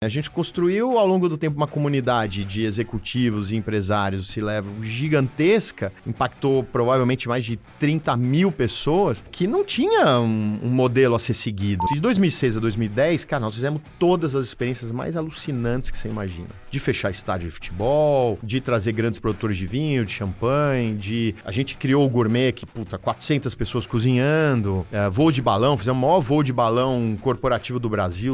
A gente construiu ao longo do tempo uma comunidade de executivos e empresários C-level gigantesca, impactou provavelmente mais de 30 mil pessoas, que não tinha um modelo a ser seguido. De 2006 a 2010, cara, nós fizemos todas as experiências mais alucinantes que você imagina. De fechar estádio de futebol, de trazer grandes produtores de vinho, de champanhe, a gente criou o gourmet que, 400 pessoas cozinhando, voo de balão, fizemos o maior voo de balão corporativo do Brasil,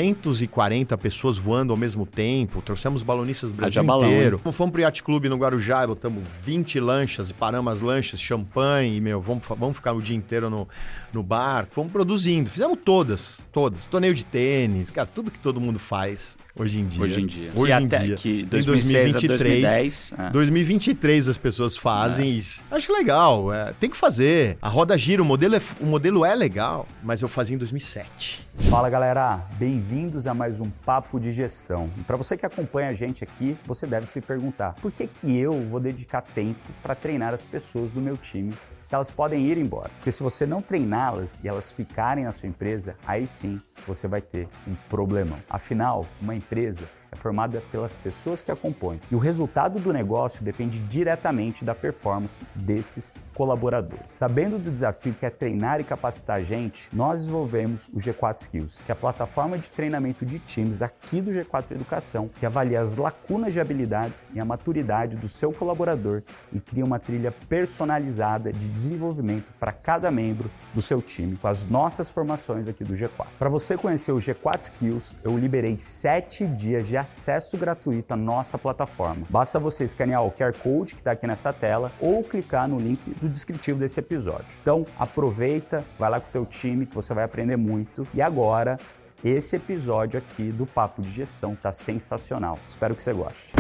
240 pessoas voando ao mesmo tempo, trouxemos balonistas do Brasil inteiro. Fomos pro Yacht Club no Guarujá, botamos 20 lanchas, paramos as lanchas, champanhe, e, vamos ficar o dia inteiro no bar. Fomos produzindo, fizemos todas. Torneio de tênis, cara, tudo que todo mundo faz hoje em dia. Que 2006 a 2010. 2023 as pessoas fazem isso. Acho legal, tem que fazer. A roda gira, o modelo é legal, mas eu fazia em 2007. Fala galera, bem-vindos a mais um Papo de Gestão. E para você que acompanha a gente aqui, você deve se perguntar: por que eu vou dedicar tempo para treinar as pessoas do meu time se elas podem ir embora? Porque se você não treiná-las e elas ficarem na sua empresa, aí sim você vai ter um problemão. Afinal, uma empresa é formada pelas pessoas que a compõem. E o resultado do negócio depende diretamente da performance desses colaboradores. Sabendo do desafio que é treinar e capacitar a gente, nós desenvolvemos o G4 Skills, que é a plataforma de treinamento de times aqui do G4 Educação, que avalia as lacunas de habilidades e a maturidade do seu colaborador e cria uma trilha personalizada de desenvolvimento para cada membro do seu time, com as nossas formações aqui do G4. Para você conhecer o G4 Skills, eu liberei 7 dias de acesso gratuito à nossa plataforma. Basta você escanear o QR Code que está aqui nessa tela ou clicar no link do descritivo desse episódio. Então, aproveita, vai lá com o teu time que você vai aprender muito. E agora, esse episódio aqui do Papo de Gestão tá sensacional. Espero que você goste.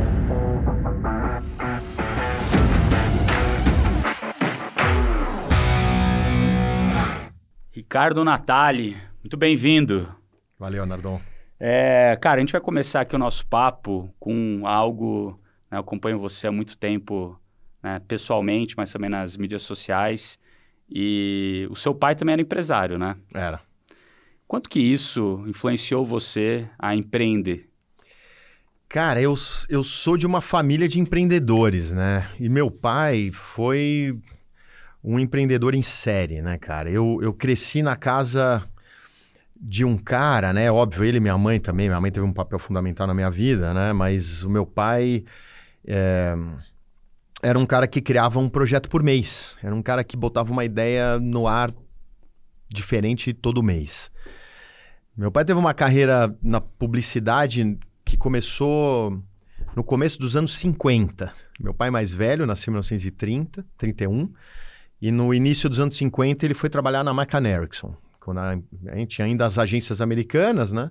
Ricardo Natali, muito bem-vindo. Valeu, Nardon. Cara, a gente vai começar aqui o nosso papo com algo, né, eu acompanho você há muito tempo, né, pessoalmente, mas também nas mídias sociais, e o seu pai também era empresário, né? Era. Quanto que isso influenciou você a empreender? Cara, eu sou de uma família de empreendedores, né? E meu pai foi um empreendedor em série, né, cara? Eu cresci na casa de um cara, né? Óbvio, ele e minha mãe também. Minha mãe teve um papel fundamental na minha vida, né? Mas o meu pai era um cara que criava um projeto por mês. Era um cara que botava uma ideia no ar diferente todo mês. Meu pai teve uma carreira na publicidade que começou no começo dos anos 50. Meu pai mais velho nasceu em 1930, 31. E no início dos anos 50 ele foi trabalhar na McCann Erickson. Quando a gente tinha ainda as agências americanas, né?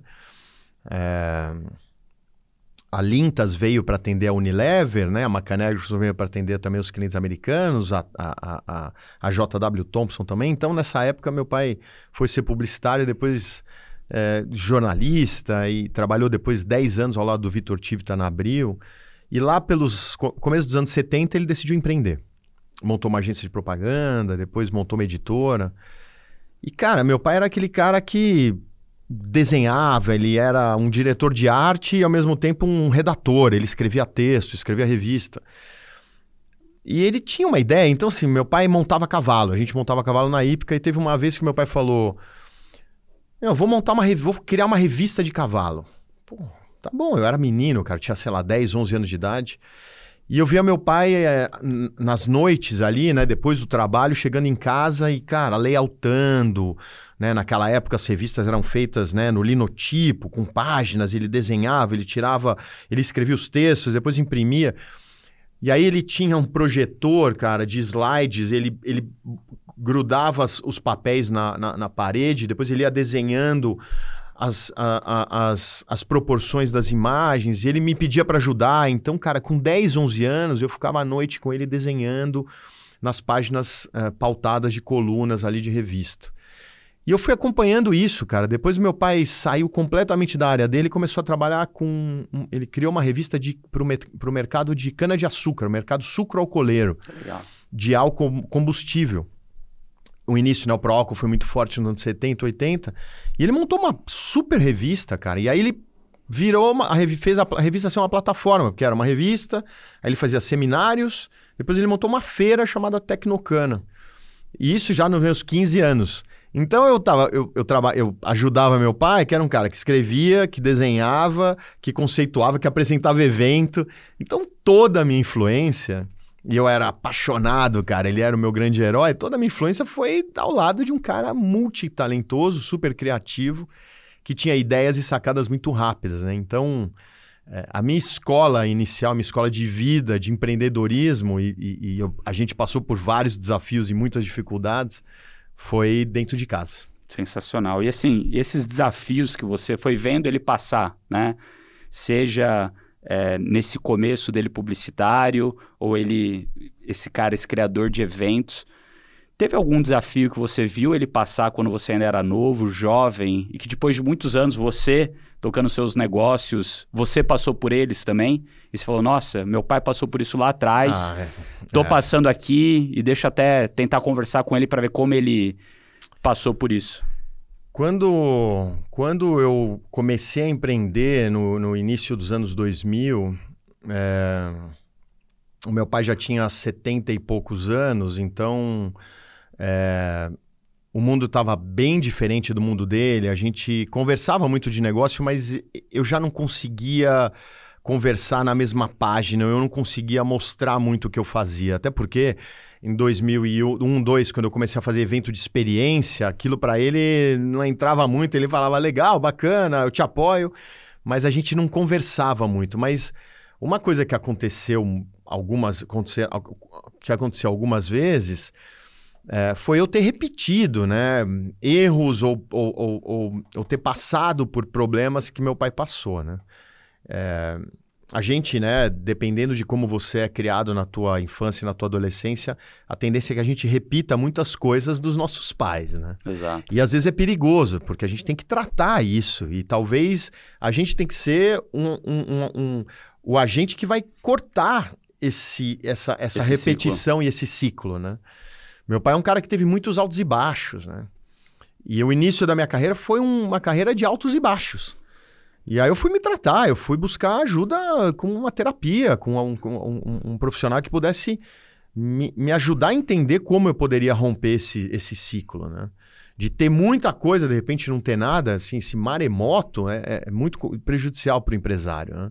A Lintas veio para atender a Unilever, né? A McCann Erickson veio para atender também os clientes americanos, a JW Thompson também. Então, nessa época, meu pai foi ser publicitário, depois jornalista, e trabalhou depois 10 anos ao lado do Vitor Tivita na Abril. E lá pelos começo dos anos 70, ele decidiu empreender. Montou uma agência de propaganda, depois montou uma editora. E, cara, meu pai era aquele cara que desenhava, ele era um diretor de arte e, ao mesmo tempo, um redator. Ele escrevia texto, escrevia revista. E ele tinha uma ideia. Então, assim, meu pai montava cavalo. A gente montava cavalo na hípica e teve uma vez que meu pai falou: vou criar uma revista de cavalo. Pô, tá bom, eu era menino, cara. Tinha, sei lá, 10, 11 anos de idade. E eu via meu pai nas noites ali, né, depois do trabalho, chegando em casa e, cara, layoutando, né? Naquela época as revistas eram feitas, né, no linotipo, com páginas, ele desenhava, ele escrevia os textos, depois imprimia. E aí ele tinha um projetor, cara, de slides, ele grudava os papéis na parede, depois ele ia desenhando as proporções das imagens, e ele me pedia para ajudar. Então, cara, com 10, 11 anos, eu ficava à noite com ele desenhando nas páginas pautadas de colunas ali de revista. E eu fui acompanhando isso, cara. Depois meu pai saiu completamente da área dele e começou a trabalhar com... Ele criou uma revista para o mercado de cana-de-açúcar, o mercado sucro-alcooleiro, de álcool combustível. O início, né, o Proálcool foi muito forte nos anos 70, 80. E ele montou uma super revista, cara. E aí ele virou fez a revista ser uma plataforma, porque era uma revista, aí ele fazia seminários, depois ele montou uma feira chamada Tecnocana. E isso já nos meus 15 anos. Então eu ajudava meu pai, que era um cara que escrevia, que desenhava, que conceituava, que apresentava evento. Então toda a minha influência, e eu era apaixonado, cara, ele era o meu grande herói, toda a minha influência foi ao lado de um cara multitalentoso, super criativo, que tinha ideias e sacadas muito rápidas, né? Então, a minha escola inicial, minha escola de vida, de empreendedorismo, a gente passou por vários desafios e muitas dificuldades, foi dentro de casa. Sensacional. E assim, esses desafios que você foi vendo ele passar, né? Seja nesse começo dele publicitário, ou esse criador de eventos, teve algum desafio que você viu ele passar quando você ainda era novo, jovem, e que depois de muitos anos você, tocando seus negócios, você passou por eles também? E você falou, nossa, meu pai passou por isso lá atrás, tô passando aqui e deixa até tentar conversar com ele para ver como ele passou por isso. Quando eu comecei a empreender no início dos anos 2000, o meu pai já tinha 70 e poucos anos, então o mundo estava bem diferente do mundo dele. A gente conversava muito de negócio, mas eu já não conseguia conversar na mesma página, eu não conseguia mostrar muito o que eu fazia. Até porque em 2001, 2002, quando eu comecei a fazer evento de experiência, aquilo para ele não entrava muito. Ele falava, legal, bacana, eu te apoio, mas a gente não conversava muito. Mas uma coisa que aconteceu algumas vezes foi eu ter repetido, né, erros ou ter passado por problemas que meu pai passou, né? A gente, né, dependendo de como você é criado na tua infância e na tua adolescência, a tendência é que a gente repita muitas coisas dos nossos pais, né? Exato. E às vezes é perigoso, porque a gente tem que tratar isso. E talvez a gente tem que ser o agente que vai cortar essa repetição e esse ciclo, né? Meu pai é um cara que teve muitos altos e baixos, né? E o início da minha carreira foi uma carreira de altos e baixos. E aí eu fui me tratar, eu fui buscar ajuda com uma terapia, com um profissional que pudesse me ajudar a entender como eu poderia romper esse ciclo, né? De ter muita coisa, de repente não ter nada, assim, esse maremoto é muito prejudicial para o empresário, né?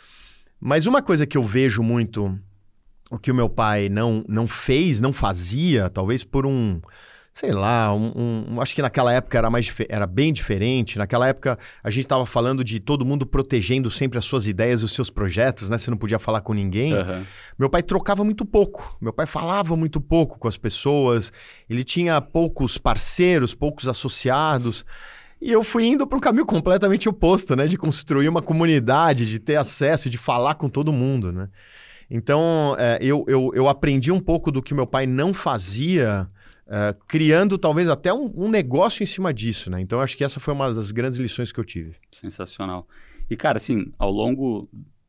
Mas uma coisa que eu vejo muito, o que o meu pai não fazia, talvez por sei lá, acho que naquela época era bem diferente. Naquela época a gente estava falando de todo mundo protegendo sempre as suas ideias e os seus projetos, né? Você não podia falar com ninguém. Uhum. Meu pai trocava muito pouco. Meu pai falava muito pouco com as pessoas. Ele tinha poucos parceiros, poucos associados. E eu fui indo para um caminho completamente oposto, né? De construir uma comunidade, de ter acesso, de falar com todo mundo, né? Então, eu aprendi um pouco do que meu pai não fazia, criando talvez até um negócio em cima disso, né? Então, acho que essa foi uma das grandes lições que eu tive. Sensacional. E, cara, assim, ao longo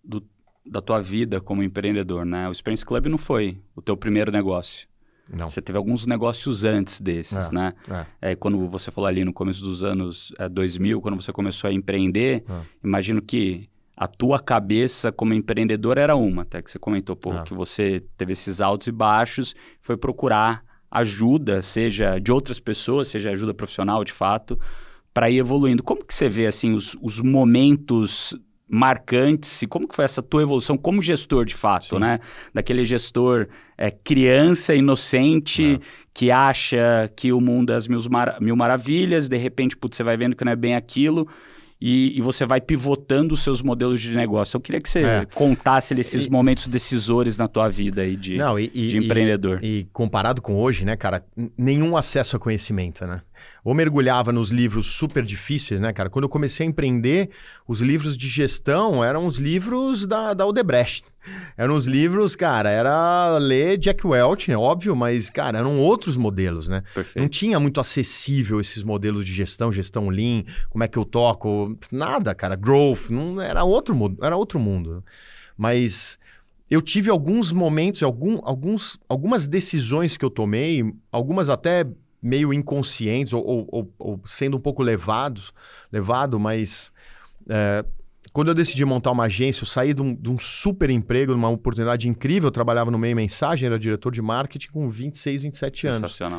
da tua vida como empreendedor, né? O Experience Club não foi o teu primeiro negócio. Não. Você teve alguns negócios antes desses, né? Quando você falou ali no começo dos anos 2000, quando você começou a empreender, imagino que a tua cabeça como empreendedor era até que você comentou, que você teve esses altos e baixos, foi procurar ajuda, seja de outras pessoas, seja ajuda profissional de fato, para ir evoluindo. Como que você vê assim os momentos marcantes e como que foi essa tua evolução como gestor de fato, Sim. né? Daquele gestor criança, inocente, que acha que o mundo é as mil maravilhas, de repente, você vai vendo que não é bem aquilo e você vai pivotando os seus modelos de negócio. Eu queria que você contasse esses momentos decisores na tua vida aí de empreendedor. E comparado com hoje, né, cara, nenhum acesso a conhecimento, né? Ou mergulhava nos livros super difíceis, né, cara? Quando eu comecei a empreender, os livros de gestão eram os livros da Odebrecht. Eram os livros, cara, era ler Jack Welch, é óbvio, mas, cara, eram outros modelos, né? Perfeito. Não tinha muito acessível esses modelos de gestão Lean, como é que eu toco, nada, cara. Growth, não, era outro mundo. Mas eu tive alguns momentos, algumas decisões que eu tomei, algumas até meio inconscientes ou sendo um pouco levado, mas Quando eu decidi montar uma agência, eu saí de um super emprego, de uma oportunidade incrível. Eu trabalhava no Meio Mensagem, era diretor de marketing com 26, 27 anos. Sensacional.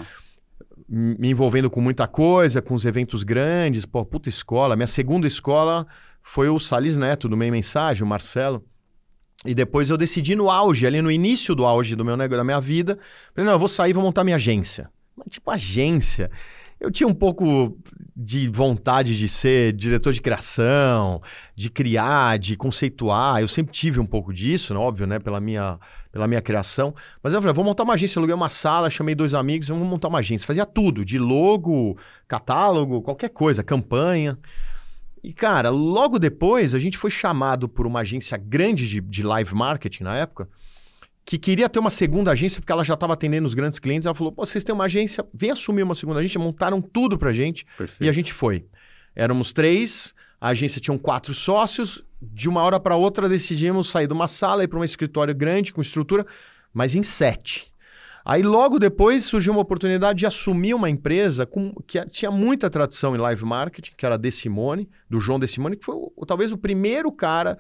Me envolvendo com muita coisa, com os eventos grandes. Pô, puta escola. Minha segunda escola foi o Salles Neto, do Meio Mensagem, o Marcelo. E depois eu decidi no auge, ali no início do auge do meu negócio, da minha vida. Falei, não, eu vou sair e vou montar minha agência. Mas tipo, agência... Eu tinha um pouco de vontade de ser diretor de criação, de criar, de conceituar. Eu sempre tive um pouco disso, né? Óbvio, né? Pela minha criação. Mas eu falei, vou montar uma agência. Eu aluguei uma sala, chamei 2 amigos, vamos montar uma agência. Fazia tudo, de logo, catálogo, qualquer coisa, campanha. E, cara, logo depois a gente foi chamado por uma agência grande de live marketing na época, que queria ter uma segunda agência, porque ela já estava atendendo os grandes clientes. Ela falou, pô, vocês têm uma agência, vem assumir uma segunda agência. Montaram tudo pra gente. Perfeito. E a gente foi. Éramos 3, a agência tinha 4 sócios. De uma hora para outra decidimos sair de uma sala e ir para um escritório grande, com estrutura, mas em 7. Aí logo depois surgiu uma oportunidade de assumir uma empresa que tinha muita tradição em live marketing, que era a De Simone, do João De Simone, que foi talvez o primeiro cara...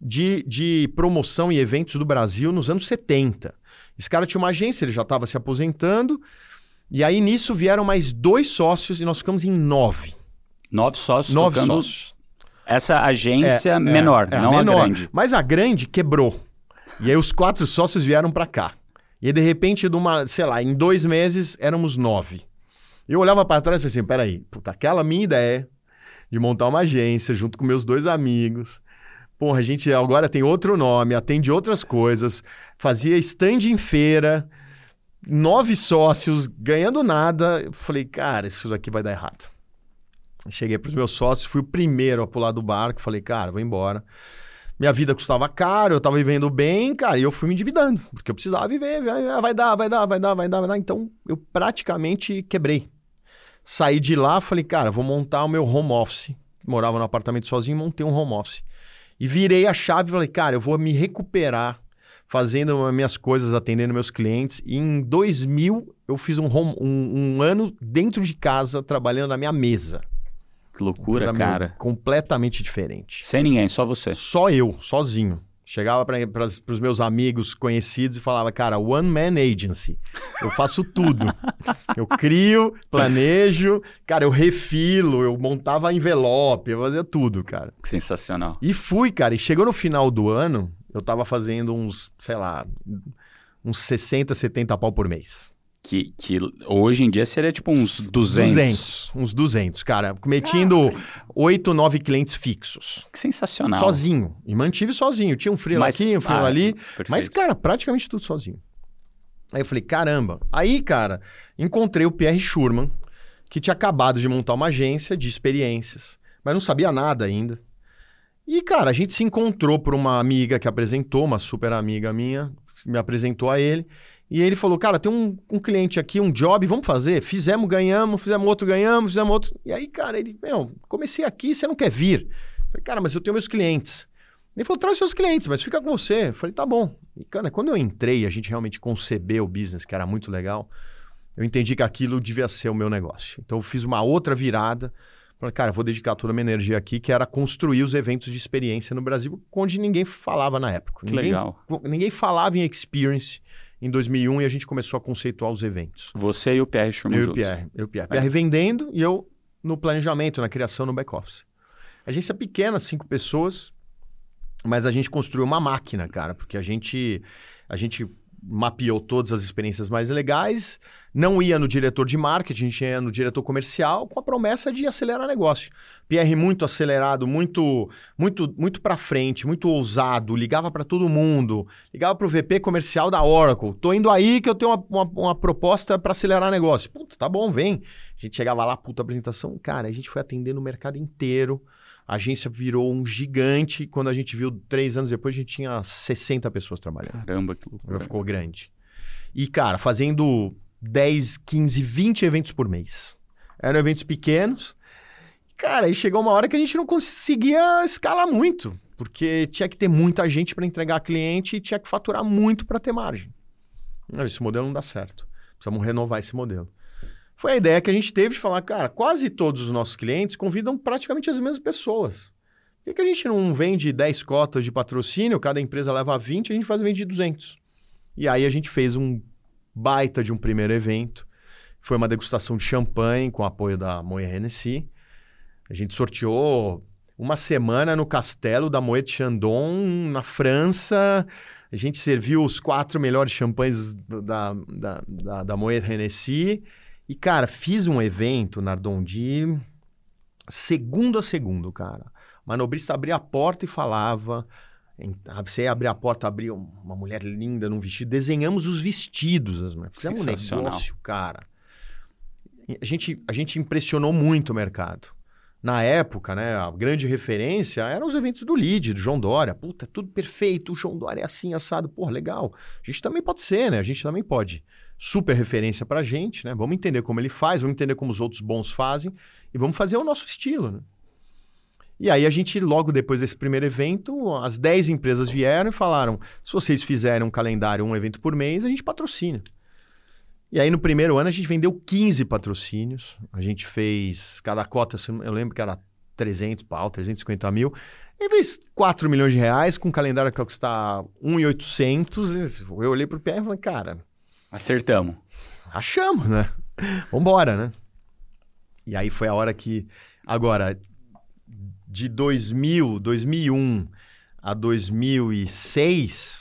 De promoção e eventos do Brasil nos anos 70. Esse cara tinha uma agência, ele já estava se aposentando, e aí nisso vieram mais 2 sócios e nós ficamos em 9. 9 sócios 9 tocando sócios. Essa agência menor, não menor, a grande. Mas a grande quebrou. E aí os 4 sócios vieram para cá. E aí, de repente, em 2 meses, éramos 9. Eu olhava para trás e assim, peraí, puta, aquela minha ideia de montar uma agência junto com meus 2 amigos... Porra, a gente agora tem outro nome, atende outras coisas, fazia stand em feira, 9 sócios, ganhando nada. Eu falei, cara, isso aqui vai dar errado. Cheguei para os meus sócios, fui o primeiro a pular do barco, falei, cara, vou embora. Minha vida custava caro, eu estava vivendo bem, cara, e eu fui me endividando, porque eu precisava viver, vai dar. Então, eu praticamente quebrei. Saí de lá, falei, cara, vou montar o meu home office. Morava no apartamento sozinho, montei um home office. E virei a chave e falei, cara, eu vou me recuperar fazendo minhas coisas, atendendo meus clientes. E em 2000, eu fiz um ano dentro de casa, trabalhando na minha mesa. Que loucura, cara. Completamente diferente. Sem ninguém, só você. Só eu, sozinho. Chegava para os meus amigos conhecidos e falava, cara, one man agency. Eu faço tudo. Eu crio, planejo, cara, eu refilo, eu montava envelope, eu fazia tudo, cara. Sensacional. E fui, cara, e chegou no final do ano, eu tava fazendo uns 60, 70 pau por mês. Que hoje em dia seria tipo uns 200. Uns 200, cara. Metindo 8, 9 clientes fixos. Que sensacional. Sozinho. E mantive sozinho. Tinha um freela aqui, um freela ali. Perfeito. Mas, cara, praticamente tudo sozinho. Aí eu falei, caramba. Aí, cara, encontrei o Pierre Schurman, que tinha acabado de montar uma agência de experiências, mas não sabia nada ainda. E, cara, a gente se encontrou por uma amiga que apresentou, uma super amiga minha, me apresentou a ele. E ele falou, cara, tem um cliente aqui, um job, vamos fazer? Fizemos, ganhamos, fizemos outro, ganhamos, fizemos outro. E aí, cara, ele, comecei aqui, você não quer vir? Eu falei, cara, mas eu tenho meus clientes. Ele falou, traz seus clientes, mas fica com você. Eu falei, tá bom. E, cara, quando eu entrei, a gente realmente concebeu o business, que era muito legal, eu entendi que aquilo devia ser o meu negócio. Então, eu fiz uma outra virada. Falei, cara, vou dedicar toda a minha energia aqui, que era construir os eventos de experiência no Brasil, onde ninguém falava na época. Legal. Ninguém falava em experience em 2001 e a gente começou a conceituar os eventos. Você e o Pierre Schurman juntos. Eu e o Pierre. Pierre vendendo e eu no planejamento, na criação, no back-office. Agência pequena, 5 pessoas, mas a gente construiu uma máquina, cara, porque a gente mapeou todas as experiências mais legais, não ia no diretor de marketing, a gente ia no diretor comercial com a promessa de acelerar negócio. Pierre muito acelerado, muito para frente, muito ousado, ligava para todo mundo, ligava para o VP comercial da Oracle. Tô indo aí que eu tenho uma proposta para acelerar negócio. Puta, tá bom, vem. A gente chegava lá, puta apresentação. Cara, a gente foi atendendo o mercado inteiro. A agência virou um gigante. Quando a gente viu 3 anos depois, a gente tinha 60 pessoas trabalhando. Caramba, que loucura. Ficou grande. E, cara, fazendo 10, 15, 20 eventos por mês. Eram eventos pequenos. Cara, aí chegou uma hora que a gente não conseguia escalar muito. Porque tinha que ter muita gente para entregar a cliente e tinha que faturar muito para ter margem. Não, esse modelo não dá certo. Precisamos renovar esse modelo. Foi a ideia que a gente teve de falar, cara, quase todos os nossos clientes convidam praticamente as mesmas pessoas. Por que a gente não vende 10 cotas de patrocínio, cada empresa leva 20, a gente vende 200? E aí a gente fez um baita de um primeiro evento. Foi uma degustação de champanhe com apoio da Moët Hennessy. A gente sorteou uma semana no castelo da Moët Chandon, na França. A gente serviu os 4 melhores champanhes da Moët Hennessy. E, cara, fiz um evento na Ardondi, segundo a segundo, cara. O manobrista abria a porta e falava. Você ia abrir a porta, abria uma mulher linda num vestido. Desenhamos os vestidos das mulheres. Fizemos um negócio, cara. A gente impressionou muito o mercado. Na época, né, a grande referência eram os eventos do Lead, do João Dória. Puta, tudo perfeito, o João Dória é assim, assado. Pô, legal. A gente também pode ser, né? A gente também pode. Super referência pra gente, né? Vamos entender como ele faz, vamos entender como os outros bons fazem e vamos fazer o nosso estilo, né? E aí a gente, logo depois desse primeiro evento, as 10 empresas vieram e falaram, se vocês fizerem um calendário, um evento por mês, a gente patrocina. E aí no primeiro ano a gente vendeu 15 patrocínios, a gente fez, cada cota, eu lembro que era 300 pau, 350 mil, e fez 4 milhões de reais com um calendário que ia custar 1.800, eu olhei pro pé e falei, cara... Acertamos. Achamos, né? Vambora, né? E aí foi a hora que, agora... De 2001 a 2006,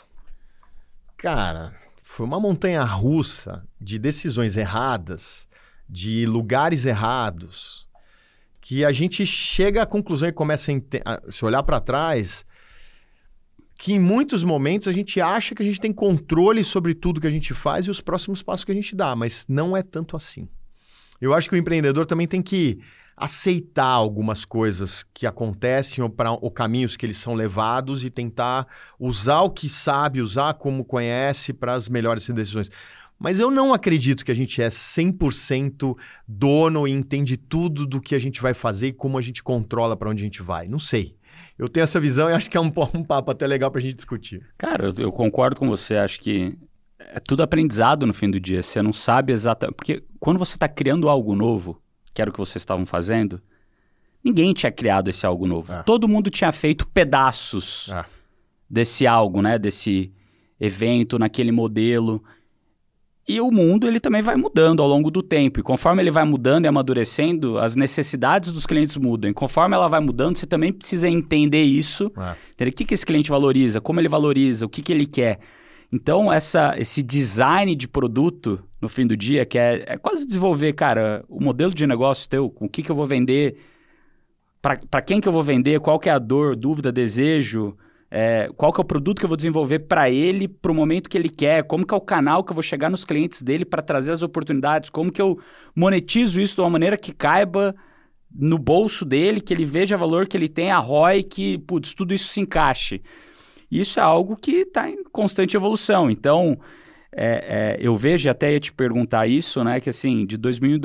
cara, foi uma montanha-russa de decisões erradas, de lugares errados, que a gente chega à conclusão e começa a se olhar para trás, que em muitos momentos a gente acha que a gente tem controle sobre tudo que a gente faz e os próximos passos que a gente dá, mas não é tanto assim. Eu acho que o empreendedor também tem que aceitar algumas coisas que acontecem ou caminhos que eles são levados e tentar usar o que sabe, usar como conhece para as melhores decisões. Mas eu não acredito que a gente é 100% dono e entende tudo do que a gente vai fazer e como a gente controla para onde a gente vai. Não sei. Eu tenho essa visão e acho que é um papo até legal para a gente discutir. Cara, eu concordo com você. Acho que é tudo aprendizado no fim do dia. Você não sabe exatamente... Porque quando você está criando algo novo, que era o que vocês estavam fazendo, ninguém tinha criado esse algo novo. Todo mundo tinha feito pedaços desse algo, né? Desse evento, naquele modelo. E o mundo, ele também vai mudando ao longo do tempo. E conforme ele vai mudando e amadurecendo, as necessidades dos clientes mudam. E conforme ela vai mudando, você também precisa entender isso. Entender o que esse cliente valoriza, como ele valoriza, o que ele quer. Então, esse design de produto, no fim do dia, que é quase desenvolver, cara, o modelo de negócio teu, com o que eu vou vender, para quem que eu vou vender, qual que é a dor, dúvida, desejo, qual que é o produto que eu vou desenvolver para ele, para o momento que ele quer, como que é o canal que eu vou chegar nos clientes dele para trazer as oportunidades, como que eu monetizo isso de uma maneira que caiba no bolso dele, que ele veja o valor que ele tem, a ROI, que, putz, tudo isso se encaixe. Isso é algo que está em constante evolução. Então, eu vejo, e até ia te perguntar isso, né? Que assim, de 2001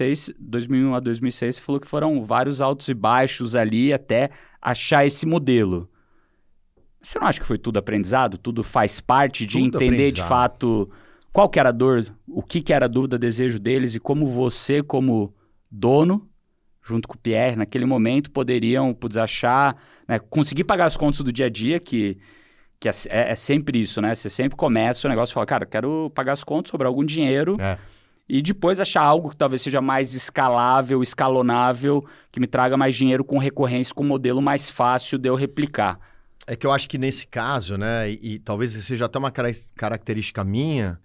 a 2006, você falou que foram vários altos e baixos ali até achar esse modelo. Você não acha que foi tudo aprendizado? Tudo faz parte de tudo entender de fato qual que era a dor, o que era a dúvida, desejo deles e como você, como dono, junto com o Pierre, naquele momento, poderiam achar, né, conseguir pagar as contas do dia a dia, que é sempre isso, né? Você sempre começa o negócio e fala, cara, eu quero pagar as contas, sobrar algum dinheiro, e depois achar algo que talvez seja mais escalável, escalonável, que me traga mais dinheiro com recorrência, com um modelo mais fácil de eu replicar. É que eu acho que nesse caso, né, e talvez seja até uma característica minha,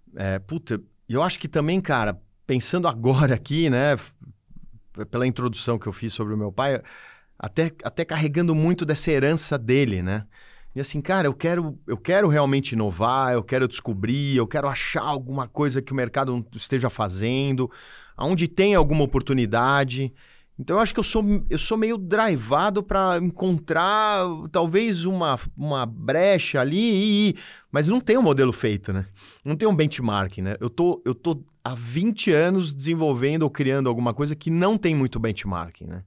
eu acho que também, cara, pensando agora aqui, né, pela introdução que eu fiz sobre o meu pai, até carregando muito dessa herança dele, né? E assim, cara, eu quero realmente inovar, eu quero descobrir, eu quero achar alguma coisa que o mercado não esteja fazendo, onde tem alguma oportunidade. Então eu acho que eu sou meio drivado para encontrar talvez uma brecha ali, mas não tem um modelo feito, né? Não tem um benchmark, né? Eu tô há 20 anos desenvolvendo ou criando alguma coisa que não tem muito benchmark, né?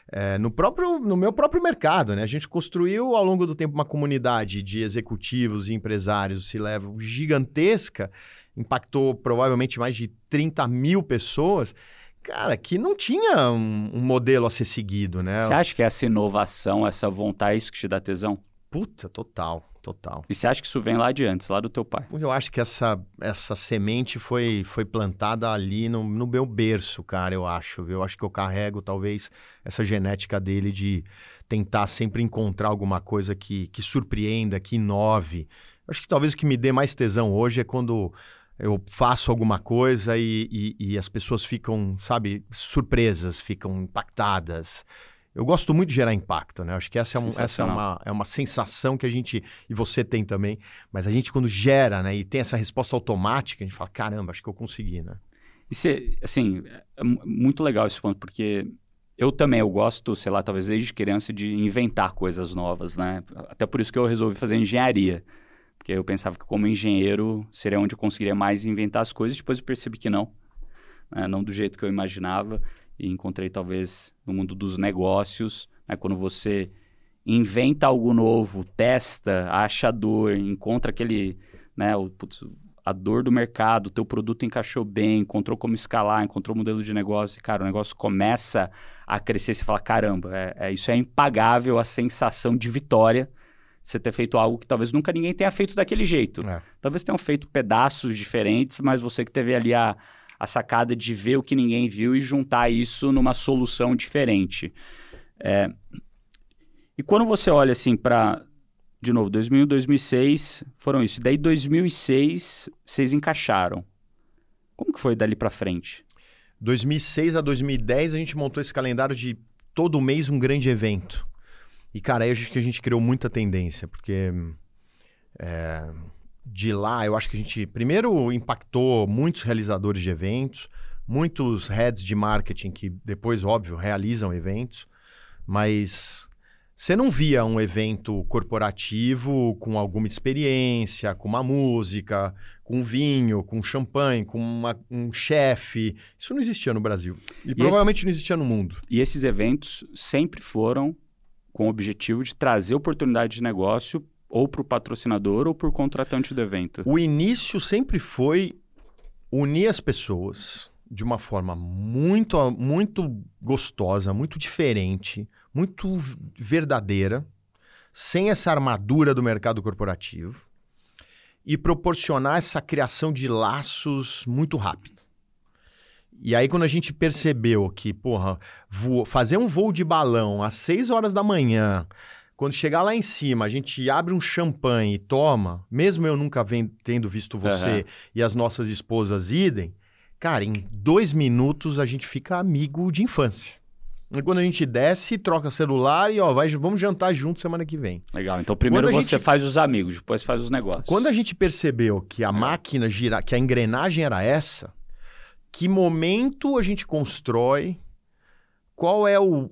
No meu próprio mercado, né? A gente construiu ao longo do tempo uma comunidade de executivos e empresários do C-Level gigantesca, impactou provavelmente mais de 30 mil pessoas. cara, que não tinha um modelo a ser seguido, né? Você acha que essa inovação, essa vontade, é isso que te dá tesão? Puta, total. E você acha que isso vem lá de antes, lá do teu pai? Eu acho que essa semente foi plantada ali no meu berço, cara, eu acho. Eu acho que eu carrego, talvez, essa genética dele de tentar sempre encontrar alguma coisa que surpreenda, que inove. Eu acho que talvez o que me dê mais tesão hoje é quando eu faço alguma coisa e as pessoas ficam, sabe, surpresas, ficam impactadas. Eu gosto muito de gerar impacto, né? Acho que essa é uma sensação que a gente, e você tem também, mas a gente quando gera, né, e tem essa resposta automática, a gente fala, caramba, acho que eu consegui, né? E você, assim, é muito legal esse ponto, porque eu gosto, sei lá, talvez desde criança, de inventar coisas novas, né? Até por isso que eu resolvi fazer engenharia, porque eu pensava que como engenheiro seria onde eu conseguiria mais inventar as coisas, depois eu percebi que não, né? Não do jeito que eu imaginava. E encontrei talvez no mundo dos negócios, né, quando você inventa algo novo, testa, acha a dor, encontra aquele, né, a dor do mercado, o teu produto encaixou bem, encontrou como escalar, encontrou o modelo de negócio, e, cara, o negócio começa a crescer, você fala, caramba, isso é impagável, a sensação de vitória, você ter feito algo que talvez nunca ninguém tenha feito daquele jeito. Talvez tenham feito pedaços diferentes, mas você que teve ali a sacada de ver o que ninguém viu e juntar isso numa solução diferente. E quando você olha assim para, de novo, 2001, 2006, foram isso. E daí 2006, vocês encaixaram. Como que foi dali para frente? 2006 a 2010, a gente montou esse calendário de todo mês um grande evento. E, cara, aí acho que a gente criou muita tendência, porque... de lá, eu acho que a gente primeiro impactou muitos realizadores de eventos, muitos heads de marketing que depois, óbvio, realizam eventos, mas você não via um evento corporativo com alguma experiência, com uma música, com vinho, com champanhe, com um chefe. Isso não existia no Brasil e provavelmente não existia no mundo. E esses eventos sempre foram com o objetivo de trazer oportunidade de negócio ou para o patrocinador ou para o contratante do evento? O início sempre foi unir as pessoas de uma forma muito, muito gostosa, muito diferente, muito verdadeira, sem essa armadura do mercado corporativo e proporcionar essa criação de laços muito rápido. E aí quando a gente percebeu que, fazer um voo de balão às 6 horas da manhã... Quando chegar lá em cima, a gente abre um champanhe e toma, mesmo eu nunca tendo visto você e as nossas esposas idem, cara, em 2 minutos a gente fica amigo de infância. E quando a gente desce, troca celular e vamos jantar junto semana que vem. Legal, então primeiro você faz os amigos, depois faz os negócios. Quando a gente percebeu que a máquina gira, que a engrenagem era essa, que momento a gente constrói, qual é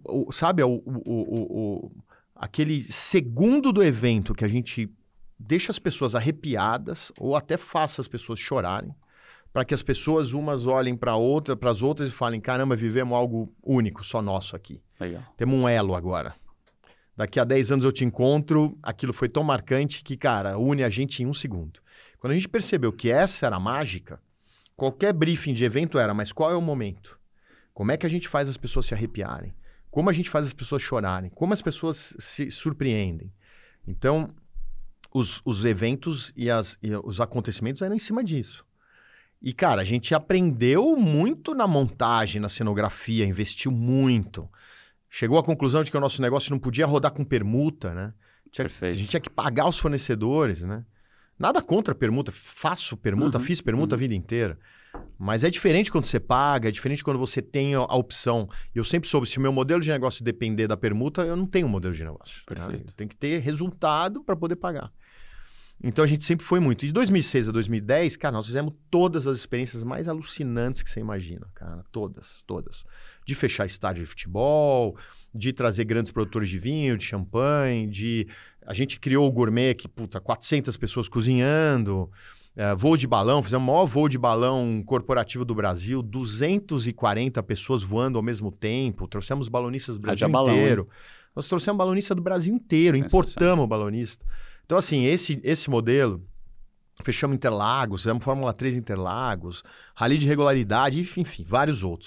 aquele segundo do evento que a gente deixa as pessoas arrepiadas ou até faça as pessoas chorarem, para que as pessoas umas olhem para as outras e falem, caramba, vivemos algo único, só nosso aqui. Legal. Temos um elo agora. Daqui a 10 anos eu te encontro, aquilo foi tão marcante que, cara, une a gente em 1 segundo. Quando a gente percebeu que essa era a mágica, qualquer briefing de evento era, mas qual é o momento? Como é que a gente faz as pessoas se arrepiarem? Como a gente faz as pessoas chorarem? Como as pessoas se surpreendem? Então, os eventos e os acontecimentos eram em cima disso. E, cara, a gente aprendeu muito na montagem, na cenografia, investiu muito. Chegou à conclusão de que o nosso negócio não podia rodar com permuta, né? A gente tinha que pagar os fornecedores, né? Nada contra permuta, faço permuta, fiz permuta a vida inteira. Mas é diferente quando você paga, é diferente quando você tem a opção. Eu sempre soube, se o meu modelo de negócio depender da permuta, eu não tenho um modelo de negócio. Perfeito. Tá? Tem que ter resultado para poder pagar. Então a gente sempre foi muito. De 2006 a 2010, cara, nós fizemos todas as experiências mais alucinantes que você imagina, cara. Todas. De fechar estádio de futebol, de trazer grandes produtores de vinho, de champanhe, a gente criou o gourmet que, 400 pessoas cozinhando... voo de balão, fizemos o maior voo de balão corporativo do Brasil, 240 pessoas voando ao mesmo tempo, trouxemos balonistas do Brasil inteiro. Nós trouxemos balonista do Brasil inteiro, importamos o balonista. Então, assim, esse modelo, fechamos Interlagos, fizemos Fórmula 3 Interlagos, Rally de Regularidade, enfim, vários outros.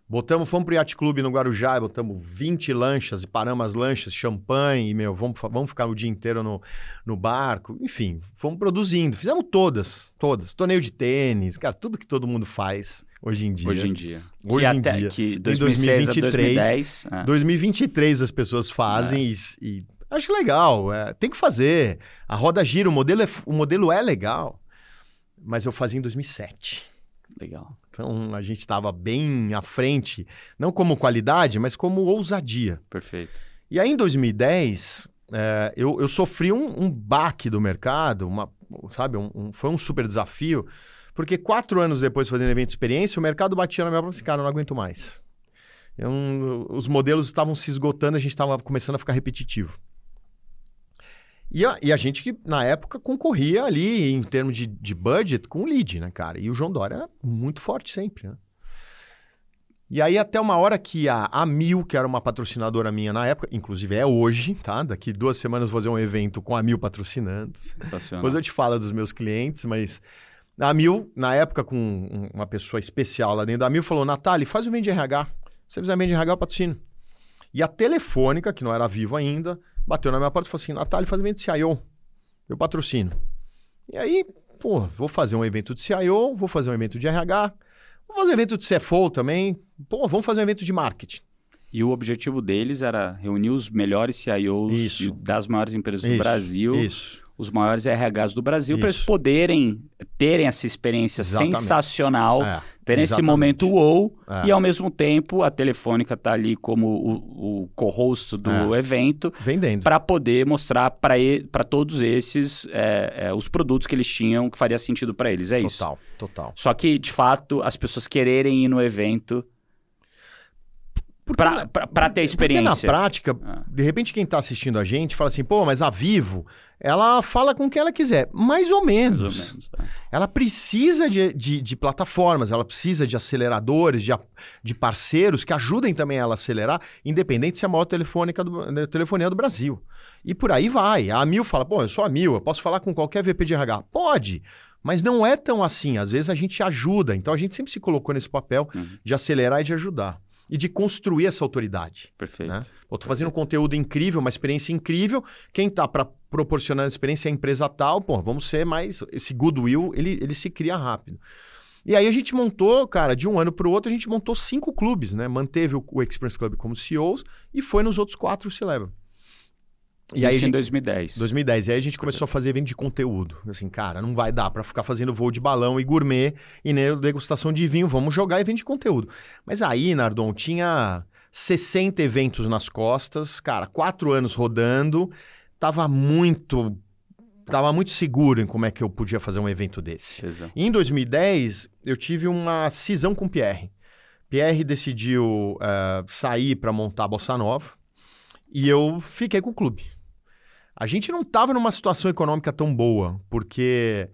Fomos pro Yacht Club no Guarujá, botamos 20 lanchas e paramos as lanchas, champanhe, e, vamos ficar o dia inteiro no barco. Enfim, fomos produzindo. Fizemos todas. Torneio de tênis, cara, tudo que todo mundo faz hoje em dia. Hoje em dia. Que 2006 a 2010. 2023 as pessoas fazem e acho legal. Tem que fazer. A roda gira, o modelo é legal. Mas eu fazia em 2007. Legal. Então, a gente estava bem à frente, não como qualidade, mas como ousadia. Perfeito. E aí, em 2010, eu sofri um baque do mercado, foi um super desafio, porque 4 anos depois, fazendo evento de experiência, o mercado batia na minha porta e falei assim, cara, eu não aguento mais. Os modelos estavam se esgotando, a gente estava começando a ficar repetitivo. E a gente que, na época, concorria ali, em termos de budget, com o lead, né, cara? E o João Dória era muito forte sempre, né? E aí, até uma hora que a Mil, que era uma patrocinadora minha na época, inclusive é hoje, tá? Daqui 2 semanas eu vou fazer um evento com a Mil patrocinando. Sensacional. Depois eu te falo dos meus clientes, mas a Mil, na época, com uma pessoa especial lá dentro da Mil, falou, Natália, faz o evento de RH. Se você fizer evento de RH, eu patrocino. E a Telefônica, que não era vivo ainda, bateu na minha porta e falou assim, Natália, faz um evento de CIO, eu patrocino. E aí, vou fazer um evento de CIO, vou fazer um evento de RH, vou fazer um evento de CFO também, vamos fazer um evento de marketing. E o objetivo deles era reunir os melhores CIOs das maiores empresas do Brasil, os maiores RHs do Brasil, para eles poderem terem essa experiência sensacional, terem esse momento wow, e ao mesmo tempo a Telefônica está ali como o co-host do evento, para poder mostrar para todos esses os produtos que eles tinham que faria sentido para eles, isso? Total. Só que, de fato, as pessoas quererem ir no evento para ter experiência. Porque na prática, de repente quem está assistindo a gente fala assim, mas a Vivo, ela fala com quem ela quiser. Mais ou menos. Ela precisa de plataformas, ela precisa de aceleradores, de parceiros que ajudem também ela a acelerar, independente se é a maior telefonia do Brasil. E por aí vai. A Mil fala, eu sou a Mil, eu posso falar com qualquer VP de RH. Pode, mas não é tão assim. Às vezes a gente ajuda. Então a gente sempre se colocou nesse papel de acelerar e de ajudar. E de construir essa autoridade. Perfeito. Né? Tô fazendo um conteúdo incrível, uma experiência incrível. Quem tá para proporcionar a experiência é a empresa tal. Vamos ser mais... Esse goodwill, ele se cria rápido. E aí a gente montou, cara, de um ano para o outro, a gente montou 5 clubes, né? Manteve o Experience Club como CEOs e foi nos outros 4 C-Level. E aí em 2010. 2010. E aí a gente começou a fazer evento de conteúdo. Assim, cara, não vai dar para ficar fazendo voo de balão e gourmet e nem degustação de vinho. Vamos jogar evento de conteúdo. Mas aí, Nardon, tinha 60 eventos nas costas. Cara, 4 anos rodando. Tava muito seguro em como é que eu podia fazer um evento desse. Exato. E em 2010, eu tive uma cisão com o Pierre. Pierre decidiu sair para montar a Bossa Nova. E eu fiquei com o clube. A gente não estava numa situação econômica tão boa, porque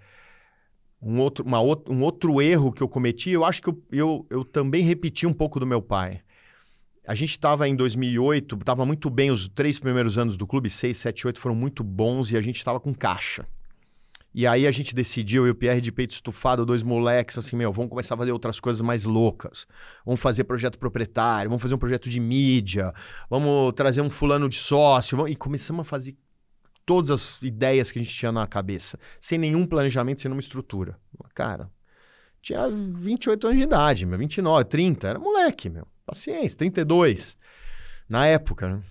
um outro erro que eu cometi, eu acho que eu também repeti um pouco do meu pai. A gente estava em 2008, estava muito bem, os 3 primeiros anos do clube, 6, 7, 8 foram muito bons e a gente estava com caixa. E aí a gente decidiu, eu e o Pierre de peito estufado, 2 moleques, assim, vamos começar a fazer outras coisas mais loucas. Vamos fazer projeto proprietário, vamos fazer um projeto de mídia, vamos trazer um fulano de sócio. E começamos a fazer todas as ideias que a gente tinha na cabeça, sem nenhum planejamento, sem nenhuma estrutura. Cara, tinha 28 anos de idade, 29, 30, era moleque, paciência, 32, na época, né?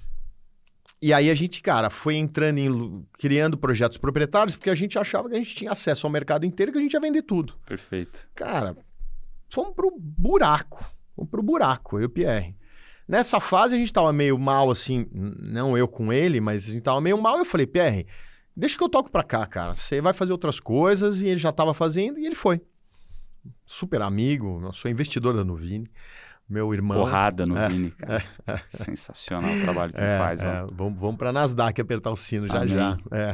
E aí a gente, cara, foi criando projetos proprietários porque a gente achava que a gente tinha acesso ao mercado inteiro e que a gente ia vender tudo. Perfeito. Cara, fomos pro buraco, eu e o Pierre. Nessa fase a gente tava meio mal, assim, não eu com ele, mas a gente tava meio mal. Eu falei, Pierre, deixa que eu toco pra cá, cara. Você vai fazer outras coisas. E ele já tava fazendo e ele foi. Super amigo, eu sou investidor da Nuvini. Meu irmão... Porrada no Vini, cara. Sensacional o trabalho que ele faz. Vamos pra Nasdaq apertar o sino já.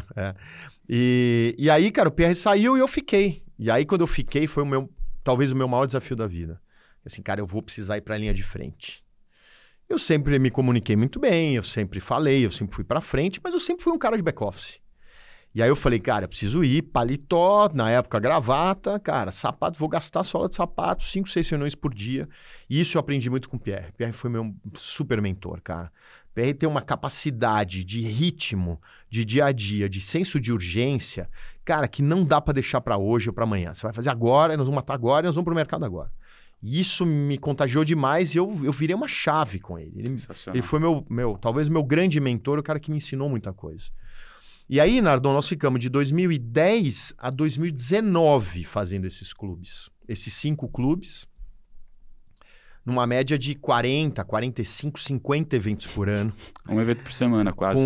E aí, cara, o Pierre saiu e eu fiquei. E aí, quando eu fiquei, foi talvez o meu maior desafio da vida. Assim, cara, eu vou precisar ir pra linha de frente. Eu sempre me comuniquei muito bem, eu sempre falei, eu sempre fui pra frente, mas eu sempre fui um cara de back-office. E aí eu falei, cara, eu preciso ir, paletó, na época gravata, cara, sapato, vou gastar sola de sapato, 5, 6 reuniões por dia. E isso eu aprendi muito com o Pierre. Pierre foi meu super mentor, cara. Pierre tem uma capacidade de ritmo, de dia a dia, de senso de urgência, cara, que não dá pra deixar pra hoje ou pra amanhã. Você vai fazer agora, nós vamos matar agora e nós vamos pro mercado agora. E isso me contagiou demais e eu virei uma chave com ele. Ele foi talvez meu grande mentor, o cara que me ensinou muita coisa. E aí, Nardon, nós ficamos de 2010 a 2019 fazendo esses clubes. Esses 5 clubes, numa média de 40, 45, 50 eventos por ano. Um evento por semana, quase.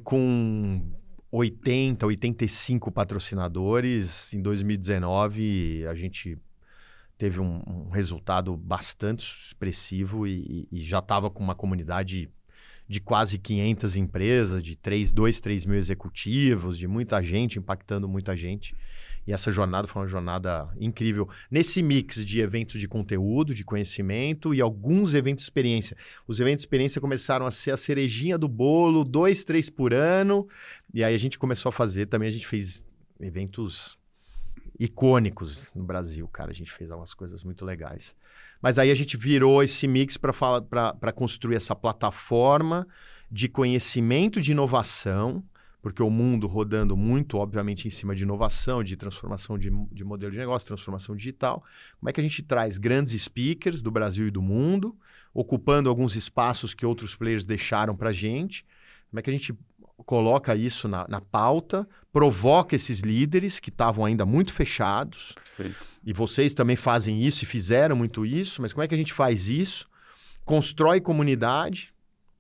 Com 80, 85 patrocinadores. Em 2019, a gente teve um resultado bastante expressivo e já estava com uma comunidade de quase 500 empresas, de 2, 3 mil executivos, de muita gente, impactando muita gente. E essa jornada foi uma jornada incrível. Nesse mix de eventos de conteúdo, de conhecimento e alguns eventos de experiência. Os eventos de experiência começaram a ser a cerejinha do bolo, 2, 3 por ano. E aí a gente começou a fazer, também a gente fez eventos icônicos no Brasil, cara. A gente fez algumas coisas muito legais. Mas aí a gente virou esse mix para construir essa plataforma de conhecimento de inovação, porque o mundo rodando muito, obviamente, em cima de inovação, de transformação de modelo de negócio, transformação digital. Como é que a gente traz grandes speakers do Brasil e do mundo, ocupando alguns espaços que outros players deixaram para a gente? Como é que a gente coloca isso na pauta, provoca esses líderes que estavam ainda muito fechados. Perfeito. E vocês também fazem isso e fizeram muito isso, mas como é que a gente faz isso? Constrói comunidade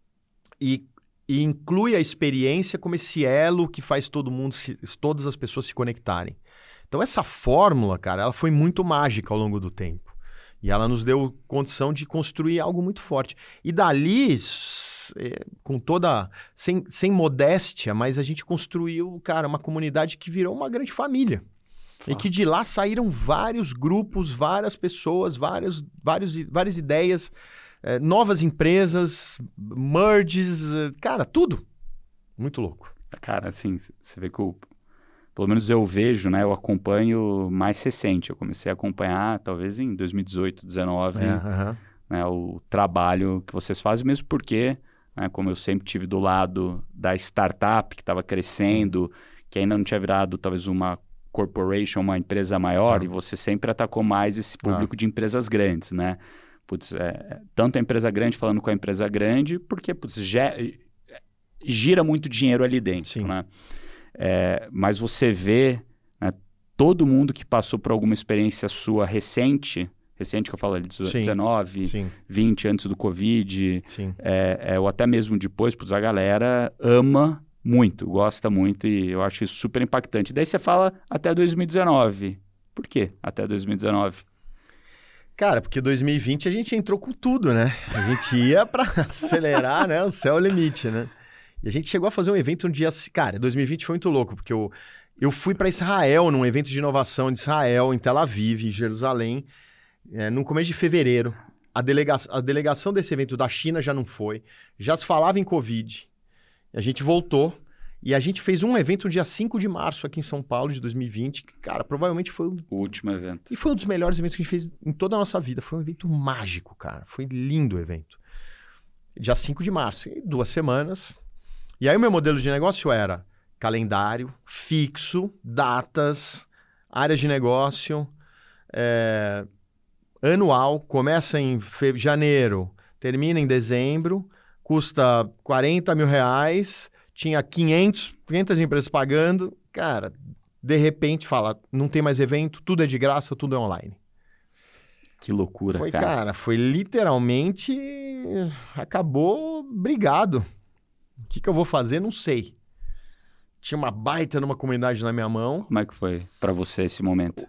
e inclui a experiência como esse elo que faz todas as pessoas se conectarem. Então essa fórmula, cara, ela foi muito mágica ao longo do tempo. E ela nos deu condição de construir algo muito forte. E dali, com toda... Sem modéstia, mas a gente construiu, cara, uma comunidade que virou uma grande família. E que de lá saíram vários grupos, várias pessoas, várias ideias, novas empresas, merges, cara, tudo. Muito louco. Cara, assim, você vê que pelo menos eu vejo, né? Eu acompanho mais recente. Eu comecei a acompanhar, talvez em 2018, 2019, né, o trabalho que vocês fazem, mesmo porque, né, como eu sempre tive do lado da startup que estava crescendo, que ainda não tinha virado talvez uma corporation, uma empresa maior, e você sempre atacou mais esse público de empresas grandes, né? Putz, tanto a empresa grande falando com a empresa grande, porque gira muito dinheiro ali dentro, né? Mas você vê, né, todo mundo que passou por alguma experiência sua recente que eu falo ali, 19, 20, antes do Covid, ou até mesmo depois, a galera ama muito, gosta muito, e eu acho isso super impactante. Daí você fala até 2019. Por quê até 2019? Cara, porque 2020 a gente entrou com tudo, né? A gente ia para acelerar, né? O céu é o limite, né? E a gente chegou a fazer um evento um dia... Cara, 2020 foi muito louco, porque eu fui para Israel, num evento de inovação de Israel, em Tel Aviv, em Jerusalém, no começo de fevereiro. A delegação desse evento da China já não foi. Já se falava em Covid. A gente voltou e a gente fez um evento no dia 5 de março aqui em São Paulo, de 2020. Que, cara, provavelmente foi o último evento. E foi um dos melhores eventos que a gente fez em toda a nossa vida. Foi um evento mágico, cara. Foi lindo o evento. Dia 5 de março. E 2 semanas... E aí o meu modelo de negócio era calendário, fixo, datas, áreas de negócio, anual, começa em janeiro, termina em dezembro, custa R$40 mil, tinha 500 empresas pagando. Cara, de repente fala, não tem mais evento, tudo é de graça, tudo é online. Que loucura, cara. Cara, foi literalmente... Acabou brigado. O que eu vou fazer? Não sei. Tinha uma baita numa comunidade na minha mão. Como é que foi para você esse momento?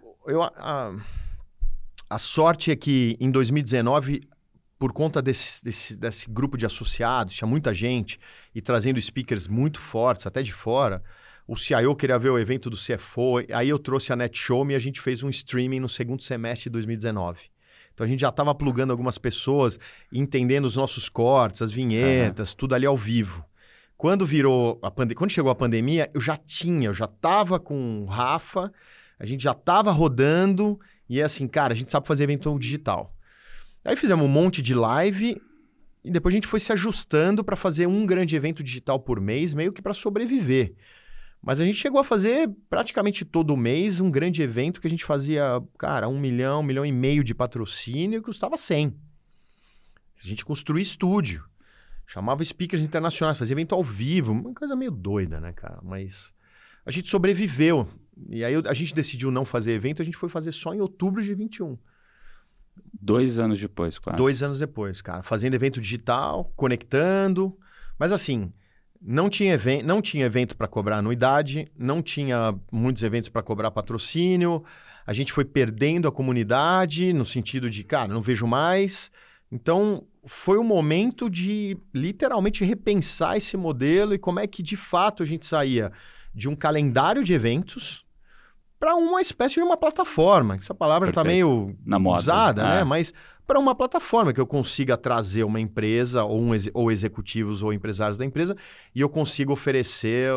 A sorte é que em 2019, por conta desse grupo de associados, tinha muita gente e trazendo speakers muito fortes, até de fora, o CIO queria ver o evento do CFO, aí eu trouxe a NetShow e a gente fez um streaming no segundo semestre de 2019. Então a gente já estava plugando algumas pessoas, entendendo os nossos cortes, as vinhetas, tudo ali ao vivo. Quando chegou a pandemia, eu já estava com o Rafa, a gente já estava rodando, e é assim, cara, a gente sabe fazer evento digital. Aí fizemos um monte de live, e depois a gente foi se ajustando para fazer um grande evento digital por mês, meio que para sobreviver. Mas a gente chegou a fazer praticamente todo mês um grande evento que a gente fazia, cara, 1 milhão, 1,5 milhão de patrocínio e custava 100. A gente construía estúdio, chamava speakers internacionais, fazia evento ao vivo, uma coisa meio doida, né, cara? Mas a gente sobreviveu. E aí a gente decidiu não fazer evento, a gente foi fazer só em outubro de 21. 2 anos depois, quase. 2 anos depois, cara. Fazendo evento digital, conectando. Mas assim, não tinha evento para cobrar anuidade, não tinha muitos eventos para cobrar patrocínio. A gente foi perdendo a comunidade no sentido de, cara, não vejo mais. Então, foi um momento de literalmente repensar esse modelo e como é que, de fato, a gente saía de um calendário de eventos para uma espécie de uma plataforma. Essa palavra está meio usada, né? Mas para uma plataforma que eu consiga trazer uma empresa ou executivos ou empresários da empresa e eu consiga oferecer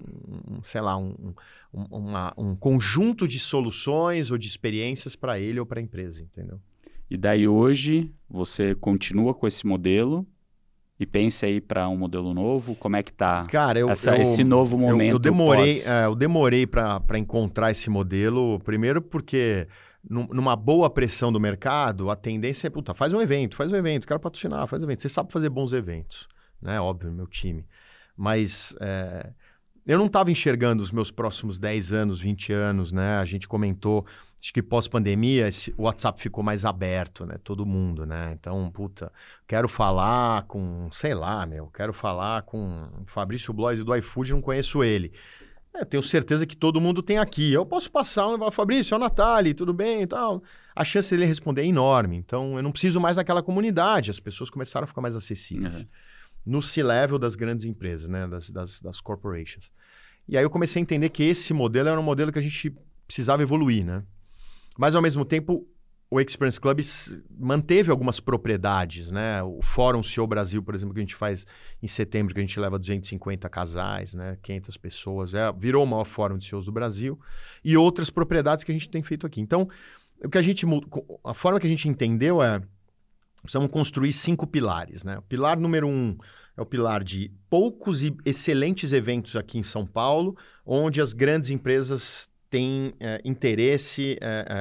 um conjunto de soluções ou de experiências para ele ou para a empresa, entendeu? E daí hoje você continua com esse modelo e pensa aí para um modelo novo? Como é que tá esse novo momento? Eu demorei para encontrar esse modelo, primeiro porque numa boa pressão do mercado, a tendência é, faz um evento, quero patrocinar, faz um evento. Você sabe fazer bons eventos, né? Óbvio, meu time. Mas eu não estava enxergando os meus próximos 10 anos, 20 anos, né? A gente comentou, acho que pós-pandemia o WhatsApp ficou mais aberto, né? Todo mundo, né? Então, quero falar com, quero falar com o Fabrício Blois do iFood, não conheço ele. Tenho certeza que todo mundo tem aqui. Eu posso passar e falar, Fabrício, Natália, tudo bem e tal. A chance dele responder é enorme. Então, eu não preciso mais daquela comunidade. As pessoas começaram a ficar mais acessíveis. Uhum. No C-level das grandes empresas, né? Das corporations. E aí eu comecei a entender que esse modelo era um modelo que a gente precisava evoluir, né? Mas, ao mesmo tempo, o Experience Club manteve algumas propriedades, né? O Fórum CEO Brasil, por exemplo, que a gente faz em setembro, que a gente leva 250 casais, né? 500 pessoas. Virou o maior fórum de CEOs do Brasil. E outras propriedades que a gente tem feito aqui. Então, a forma que a gente entendeu precisamos construir 5 pilares, né? O pilar número 1 é o pilar de poucos e excelentes eventos aqui em São Paulo, onde as grandes empresas têm interesse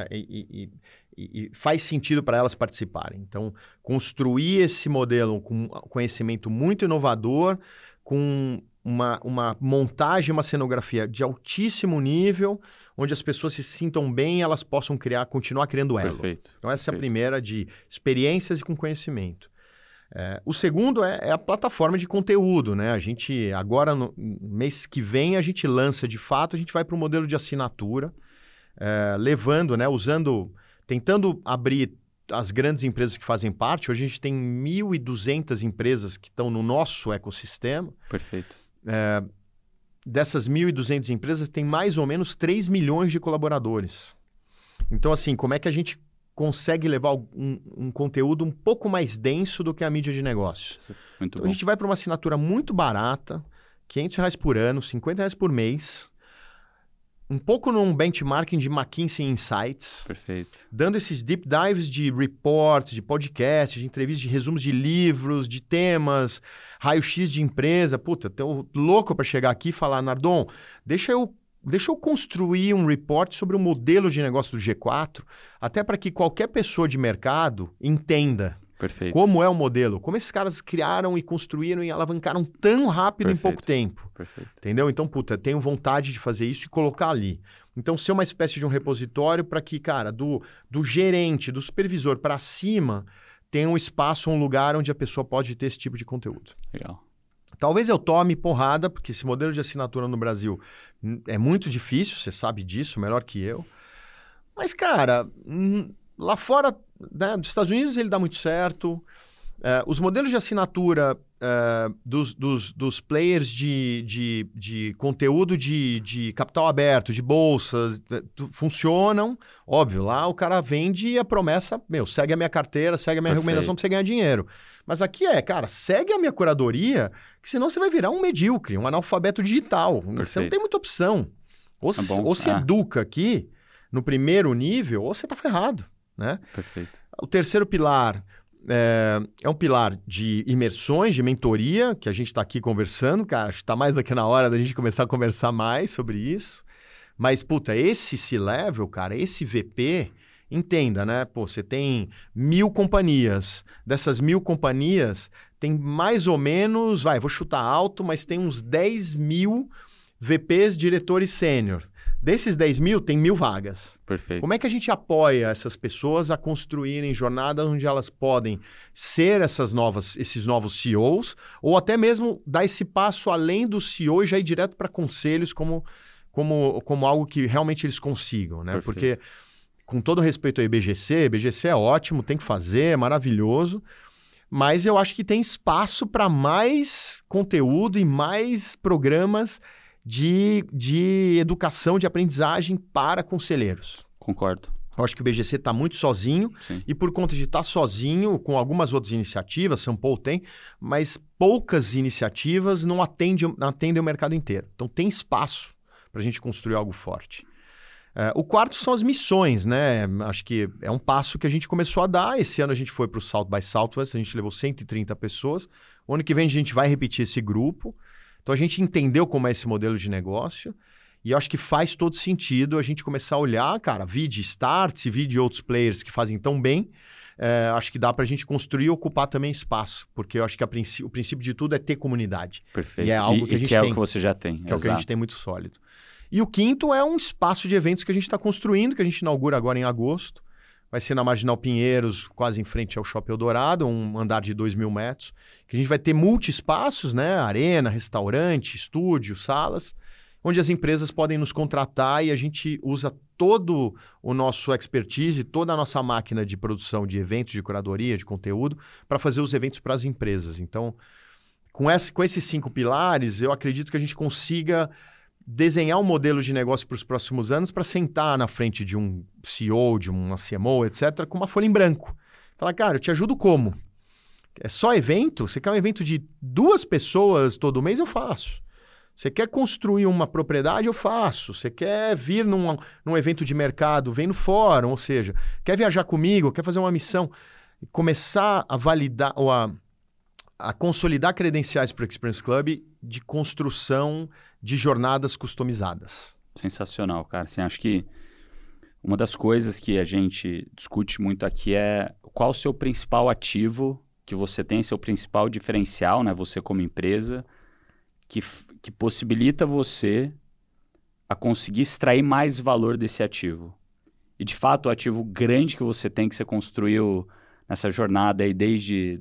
e faz sentido para elas participarem. Então, construir esse modelo com conhecimento muito inovador, com uma montagem, uma cenografia de altíssimo nível, onde as pessoas se sintam bem e elas possam continuar criando elo. Perfeito. Então, essa é a primeira, de experiências e com conhecimento. O segundo é a plataforma de conteúdo, né? A gente, agora, no mês que vem, a gente lança, de fato, a gente vai para o modelo de assinatura, levando, né? Tentando abrir as grandes empresas que fazem parte. Hoje a gente tem 1.200 empresas que estão no nosso ecossistema. Perfeito. Dessas 1.200 empresas, tem mais ou menos 3 milhões de colaboradores. Então, assim, como é que a gente consegue levar um conteúdo um pouco mais denso do que a mídia de negócios? Muito então, bom. a gente vai para uma assinatura muito barata, R$500 por ano, R$50 por mês, um pouco num benchmarking de McKinsey Insights. Perfeito. Dando esses deep dives de reports, de podcasts, de entrevistas, de resumos de livros, de temas, raio-x de empresa. Tô louco para chegar aqui e falar, Nardon, deixa eu construir um report sobre o modelo de negócio do G4, até para que qualquer pessoa de mercado entenda. Perfeito. Como é o modelo, como esses caras criaram e construíram e alavancaram tão rápido Perfeito. em pouco tempo. Perfeito. Entendeu? Então, tenho vontade de fazer isso e colocar ali. Então, ser uma espécie de um repositório para que, cara, do gerente, do supervisor para cima, tenha um espaço, um lugar onde a pessoa pode ter esse tipo de conteúdo. Legal. Talvez eu tome porrada, porque esse modelo de assinatura no Brasil é muito difícil, você sabe disso, melhor que eu. Mas, cara, lá fora, né, nos Estados Unidos ele dá muito certo. Os modelos de assinatura dos players de conteúdo de capital aberto, de bolsas, funcionam. Óbvio, lá o cara vende a promessa, segue a minha carteira, segue a minha recomendação para você ganhar dinheiro. Mas aqui cara, segue a minha curadoria, que senão você vai virar um medíocre, um analfabeto digital. Perfeito. Você não tem muita opção. Ou se educa aqui, no primeiro nível, ou você está ferrado, né? Perfeito. O terceiro pilar é um pilar de imersões, de mentoria, que a gente está aqui conversando, cara. Acho que está mais do que na hora da gente começar a conversar mais sobre isso. Mas, esse C-Level, cara, esse VP, entenda, né? Você tem 1.000 companhias. Dessas 1.000 companhias, tem mais ou menos, vou chutar alto, mas tem uns 10.000 VPs, diretores sênior. Desses 10.000, tem 1.000 vagas. Perfeito. Como é que a gente apoia essas pessoas a construírem jornadas onde elas podem ser esses novos CEOs, ou até mesmo dar esse passo além do CEO e já ir direto para conselhos como algo que realmente eles consigam, né? Perfeito. Porque, com todo respeito ao IBGC é ótimo, tem que fazer, é maravilhoso, mas eu acho que tem espaço para mais conteúdo e mais programas de educação, de aprendizagem para conselheiros. Concordo. Eu acho que o BGC está muito sozinho. Sim. E por conta de estar sozinho, com algumas outras iniciativas, São Paulo tem, mas poucas iniciativas não atendem o mercado inteiro. Então tem espaço para a gente construir algo forte. O quarto são as missões, né? Acho que é um passo que a gente começou a dar. Esse ano a gente foi para o South by Southwest, a gente levou 130 pessoas. O ano que vem a gente vai repetir esse grupo. Então, a gente entendeu como é esse modelo de negócio e eu acho que faz todo sentido a gente começar a olhar, cara, de Starts e de outros players que fazem tão bem. Acho que dá para a gente construir e ocupar também espaço, porque eu acho que o princípio de tudo é ter comunidade. Perfeito. E é algo que a gente tem. É o que você já tem. Que é o que a gente tem muito sólido. E o quinto é um espaço de eventos que a gente está construindo, que a gente inaugura agora em agosto. Vai ser na Marginal Pinheiros, quase em frente ao Shopping Eldorado, um andar de 2.000 metros, que a gente vai ter multi-espaços, né? Arena, restaurante, estúdio, salas, onde as empresas podem nos contratar e a gente usa todo o nosso expertise, toda a nossa máquina de produção de eventos, de curadoria, de conteúdo, para fazer os eventos para as empresas. Então, com esses 5 pilares, eu acredito que a gente consiga desenhar um modelo de negócio para os próximos anos para sentar na frente de um CEO, de uma CMO, etc., com uma folha em branco. Falar, cara, eu te ajudo como? É só evento? Você quer um evento de 2 pessoas todo mês? Eu faço. Você quer construir uma propriedade? Eu faço. Você quer vir num evento de mercado? Vem no fórum, ou seja, quer viajar comigo? Quer fazer uma missão? Começar a validar ou a consolidar credenciais para o Experience Club de construção de jornadas customizadas. Sensacional, cara. Assim, acho que uma das coisas que a gente discute muito aqui é qual o seu principal ativo que você tem, seu principal diferencial, né? Você como empresa, que possibilita você a conseguir extrair mais valor desse ativo. E, de fato, o ativo grande que você tem, que você construiu nessa jornada aí desde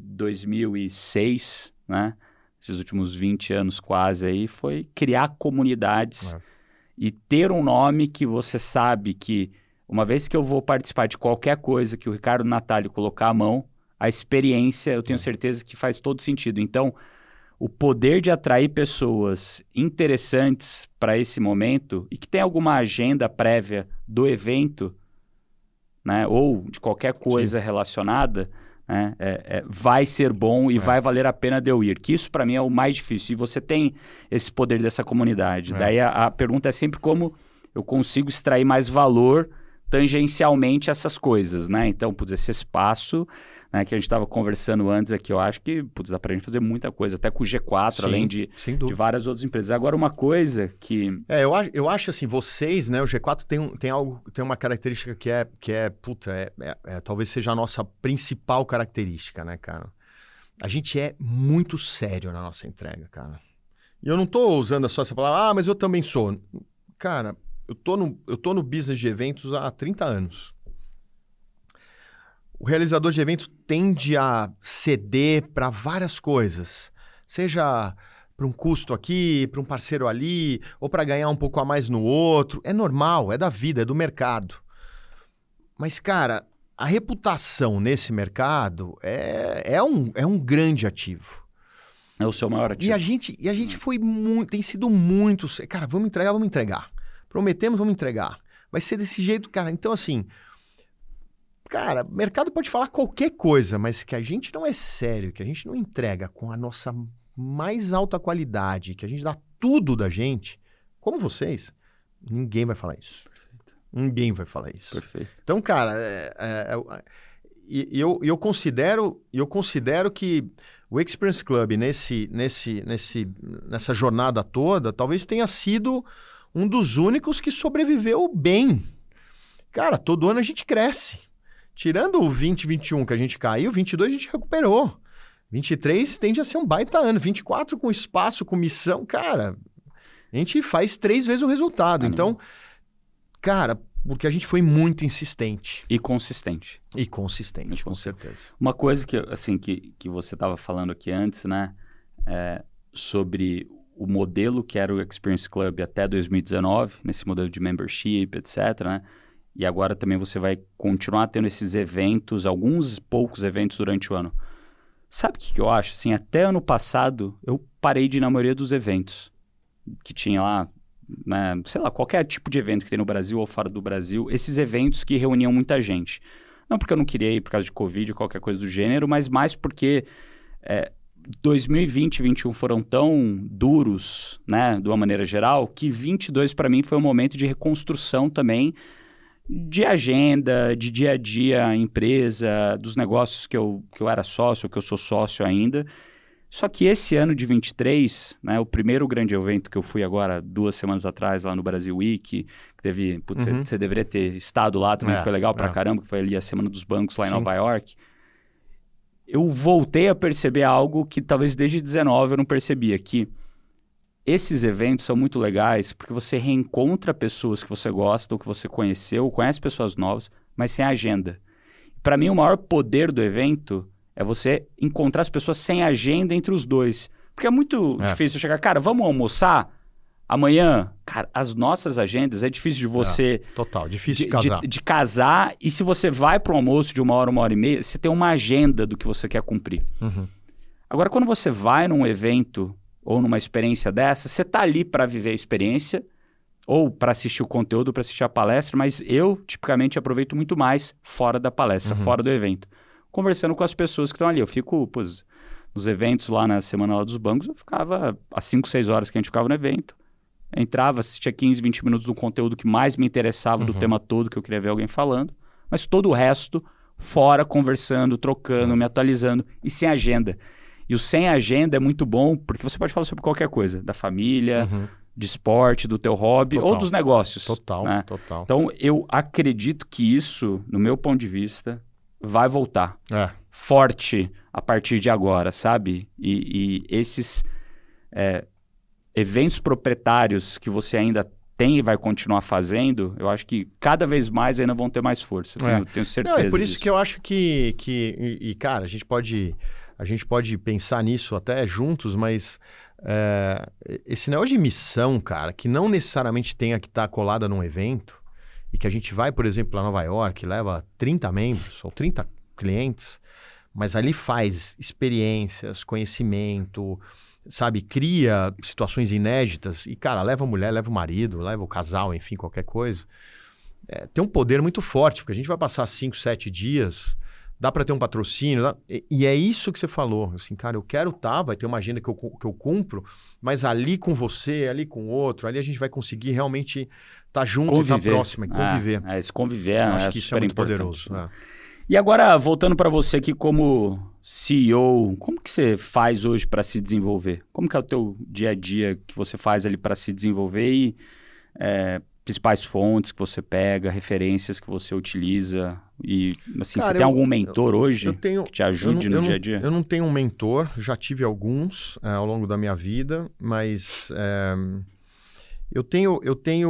2006, né? Esses últimos 20 anos quase aí, foi criar comunidades e ter um nome que você sabe que, uma vez que eu vou participar de qualquer coisa que o Ricardo Natalio colocar a mão, a experiência, eu tenho certeza que faz todo sentido. Então, o poder de atrair pessoas interessantes para esse momento e que tem alguma agenda prévia do evento, né, ou de qualquer coisa relacionada, né, vai ser bom e vai valer a pena de eu ir. Que isso, para mim, é o mais difícil. E você tem esse poder dessa comunidade. Daí a pergunta é sempre como eu consigo extrair mais valor tangencialmente essas coisas, né? Então, esse espaço, né, que a gente estava conversando antes aqui, eu acho que dá para a gente fazer muita coisa, até com o G4, sim, além de várias outras empresas. Agora, uma coisa que... Eu acho assim, vocês, né, o G4 tem uma característica que talvez seja a nossa principal característica, né, cara? A gente é muito sério na nossa entrega, cara. E eu não estou usando só essa palavra, mas eu também sou. Cara, eu tô no business de eventos há 30 anos. O realizador de eventos tende a ceder para várias coisas, seja para um custo aqui, para um parceiro ali, ou para ganhar um pouco a mais no outro. É normal, é da vida, é do mercado. Mas, cara, a reputação nesse mercado é um grande ativo. É o seu maior ativo. E a gente foi muito, tem sido muito... Cara, vamos entregar. Prometemos, vamos entregar. Vai ser desse jeito, cara. Então, assim... Cara, o mercado pode falar qualquer coisa, mas que a gente não é sério, que a gente não entrega com a nossa mais alta qualidade, que a gente dá tudo da gente, como vocês, ninguém vai falar isso. Perfeito. Ninguém vai falar isso. Perfeito. Então, cara, eu considero que o Experience Club nessa jornada toda, talvez tenha sido um dos únicos que sobreviveu bem. Cara, todo ano a gente cresce. Tirando o 2021 que a gente caiu, 22 a gente recuperou. 23 tende a ser um baita ano. 24 com espaço, com missão, cara, a gente faz 3 vezes o resultado. Então, cara, porque a gente foi muito insistente. E consistente. Com certeza. Uma coisa que, assim, que você estava falando aqui antes, né? Sobre o modelo que era o Experience Club até 2019, nesse modelo de membership, etc., né? E agora também você vai continuar tendo esses eventos, alguns poucos eventos durante o ano. Sabe o que eu acho? Assim, até ano passado, eu parei de ir na maioria dos eventos que tinha lá, né, sei lá, qualquer tipo de evento que tem no Brasil ou fora do Brasil, esses eventos que reuniam muita gente. Não porque eu não queria ir por causa de Covid ou qualquer coisa do gênero, mas mais porque 2020 e 2021 foram tão duros, né, de uma maneira geral, que 22 para mim foi um momento de reconstrução também de agenda, de dia a dia, empresa, dos negócios que eu era sócio, que eu sou sócio ainda. Só que esse ano de 23, né, o primeiro grande evento que eu fui agora 2 semanas atrás lá no Brasil Week, que teve, putz, você deveria ter estado lá também, que foi legal pra caramba, que foi ali a Semana dos Bancos lá em Nova York. Eu voltei a perceber algo que talvez desde 19 eu não percebia, que esses eventos são muito legais porque você reencontra pessoas que você gosta ou que você conheceu, conhece pessoas novas, mas sem agenda. Para mim, o maior poder do evento é você encontrar as pessoas sem agenda entre os dois. Porque é muito difícil chegar, cara, vamos almoçar amanhã? Cara, as nossas agendas, é difícil de você... Total, difícil de casar. De casar, e se você vai para um almoço de 1 hora, 1 hora e meia, você tem uma agenda do que você quer cumprir. Agora, quando você vai num evento ou numa experiência dessa, você tá ali para viver a experiência ou para assistir o conteúdo, para assistir a palestra, mas eu, tipicamente, aproveito muito mais fora da palestra, fora do evento. Conversando com as pessoas que estão ali. Eu fico, nos eventos lá na Semana lá dos Bancos, eu ficava às 5, 6 horas que a gente ficava no evento. Entrava, assistia 15, 20 minutos do conteúdo que mais me interessava, do tema todo, que eu queria ver alguém falando, mas todo o resto, fora, conversando, trocando, me atualizando e sem agenda. E o sem agenda é muito bom, porque você pode falar sobre qualquer coisa, da família, de esporte, do teu hobby ou dos negócios. Total. Então, eu acredito que isso, no meu ponto de vista, vai voltar forte a partir de agora, sabe? E esses eventos proprietários que você ainda tem e vai continuar fazendo, eu acho que cada vez mais ainda vão ter mais força. Eu tenho certeza Não, é por isso disso. que eu acho que cara, a gente pode pensar nisso até juntos, mas esse negócio de missão, cara, que não necessariamente tenha que estar colada num evento, e que a gente vai, por exemplo, para Nova York, leva 30 membros ou 30 clientes, mas ali faz experiências, conhecimento, sabe, cria situações inéditas e, cara, leva a mulher, leva o marido, leva o casal, enfim, qualquer coisa. Tem um poder muito forte, porque a gente vai passar 5, 7 dias, dá para ter um patrocínio, e é isso que você falou, assim, cara, eu quero vai ter uma agenda que eu cumpro, mas ali com você, ali com o outro, ali a gente vai conseguir realmente estar junto, conviver. Estar próximo e conviver. Esse conviver acho que isso é muito importante, poderoso. né? E agora, voltando para você aqui como CEO, como que você faz hoje para se desenvolver? Como que é o teu dia a dia que você faz ali para se desenvolver e principais fontes que você pega, referências que você utiliza? E assim, cara, você tem algum mentor hoje que te ajude no dia a dia? Eu não tenho um mentor, já tive alguns ao longo da minha vida, mas eu tenho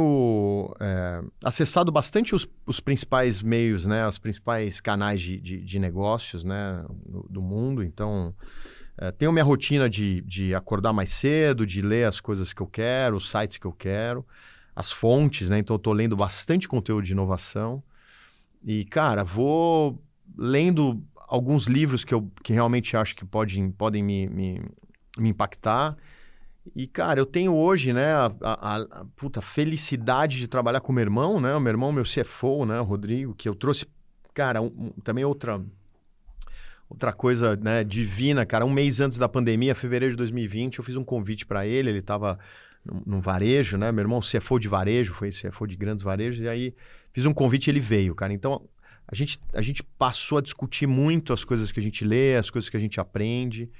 acessado bastante os principais meios, né, os principais canais de negócios, né, do mundo. Então, tenho minha rotina de acordar mais cedo, de ler as coisas que eu quero, os sites que eu quero, as fontes, né? Então, eu estou lendo bastante conteúdo de inovação. E, cara, vou lendo alguns livros que realmente acho que podem me impactar. E, cara, eu tenho hoje, né, a felicidade de trabalhar com o meu irmão, né? O meu irmão, meu CFO, né, o Rodrigo, que eu trouxe, cara, também outra coisa, né, divina, cara. Um mês antes da pandemia, fevereiro de 2020, eu fiz um convite para ele. Ele estava num varejo, né? Meu irmão CFO de varejo, foi CFO de grandes varejos, e aí fiz um convite e ele veio, cara. Então, a gente passou a discutir muito as coisas que a gente lê, as coisas que a gente aprende.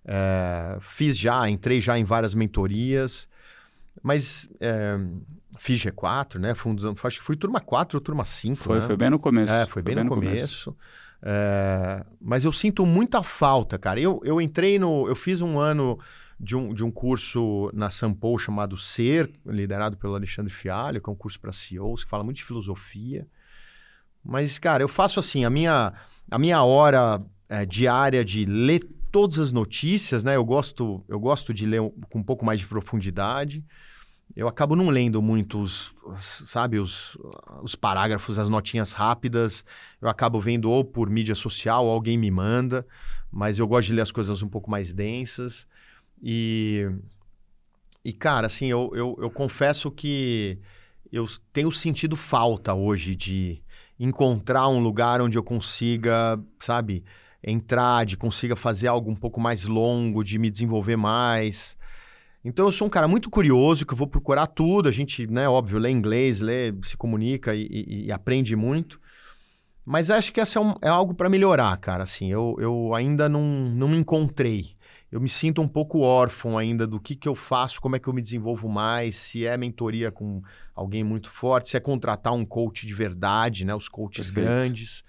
Entrei já em várias mentorias, mas fiz G4, né? Acho que fui turma 4 ou turma 5. Foi bem no começo. Foi bem no começo. Mas eu sinto muita falta, cara. Eu fiz um ano de um curso na Sampo chamado Ser, liderado pelo Alexandre Fialho, que é um curso para CEOs, que fala muito de filosofia. Mas, cara, eu faço assim, a minha hora diária de ler todas as notícias, né? Eu gosto de ler com um pouco mais de profundidade. Eu acabo não lendo muito os parágrafos, as notinhas rápidas. Eu acabo vendo ou por mídia social, ou alguém me manda. Mas eu gosto de ler as coisas um pouco mais densas. E cara, assim, eu confesso que eu tenho sentido falta hoje de encontrar um lugar onde eu consiga, sabe, consiga fazer algo um pouco mais longo, de me desenvolver mais. Então, eu sou um cara muito curioso, que eu vou procurar tudo. A gente, né, óbvio, lê inglês, se comunica e aprende muito. Mas acho que essa é algo para melhorar, cara. Assim, eu ainda não me encontrei. Eu me sinto um pouco órfão ainda do que eu faço, como é que eu me desenvolvo mais, se é mentoria com alguém muito forte, se é contratar um coach de verdade, né? Os coaches grandes.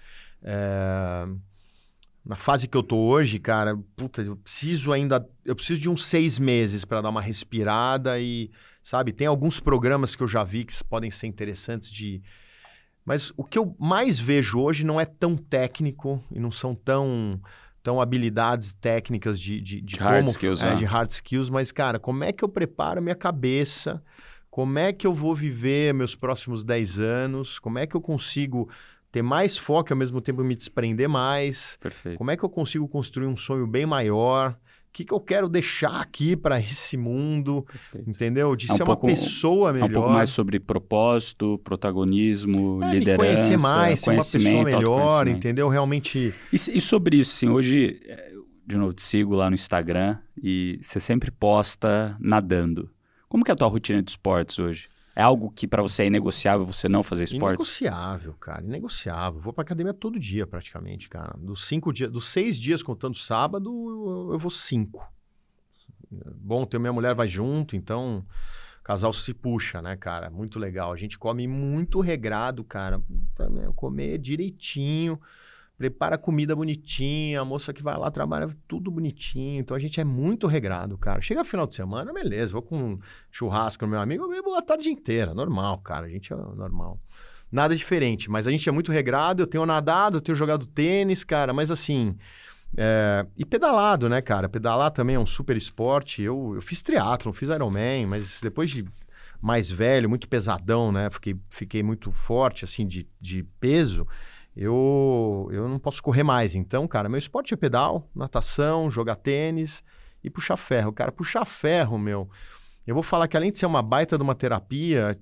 Na fase que eu tô hoje, cara, eu preciso de uns 6 meses para dar uma respirada e, sabe, tem alguns programas que eu já vi que podem ser interessantes Mas o que eu mais vejo hoje não é tão técnico e não são tão habilidades técnicas de hard skills, de hard skills, mas, cara, como é que eu preparo a minha cabeça? Como é que eu vou viver meus próximos 10 anos? Como é que eu consigo ter mais foco e ao mesmo tempo me desprender mais? Perfeito. Como é que eu consigo construir um sonho bem maior? O que eu quero deixar aqui para esse mundo? Perfeito. Entendeu? De ser uma pessoa melhor. É um pouco mais sobre propósito, protagonismo, liderança, me conhecer mais, ser uma pessoa melhor, entendeu? Realmente... E sobre isso, assim, hoje, de novo, te sigo lá no Instagram e você sempre posta nadando. Como que é a tua rotina de esportes hoje? É algo que para você é inegociável você não fazer esporte? Inegociável, cara. Inegociável. Vou pra academia todo dia praticamente, cara. Dos 6 dias contando sábado, eu vou 5. Bom, minha mulher vai junto, então o casal se puxa, né, cara? Muito legal. A gente come muito regrado, cara. Comer direitinho. Prepara comida bonitinha, a moça que vai lá trabalha tudo bonitinho. Então a gente é muito regrado, cara. Chega final de semana, beleza, vou com um churrasco com meu amigo, eu bebo a tarde inteira. Normal, cara, a gente é normal. Nada diferente, mas a gente é muito regrado. Eu tenho nadado, eu tenho jogado tênis, cara, mas assim... E pedalado, né, cara? Pedalar também é um super esporte. Eu fiz triatlon, fiz Ironman, mas depois de mais velho, muito pesadão, né? Fiquei muito forte, assim, de peso... Eu não posso correr mais. Então, cara, meu esporte é pedal, natação, jogar tênis e puxar ferro. Cara, puxar ferro, eu vou falar que além de ser uma baita de uma terapia,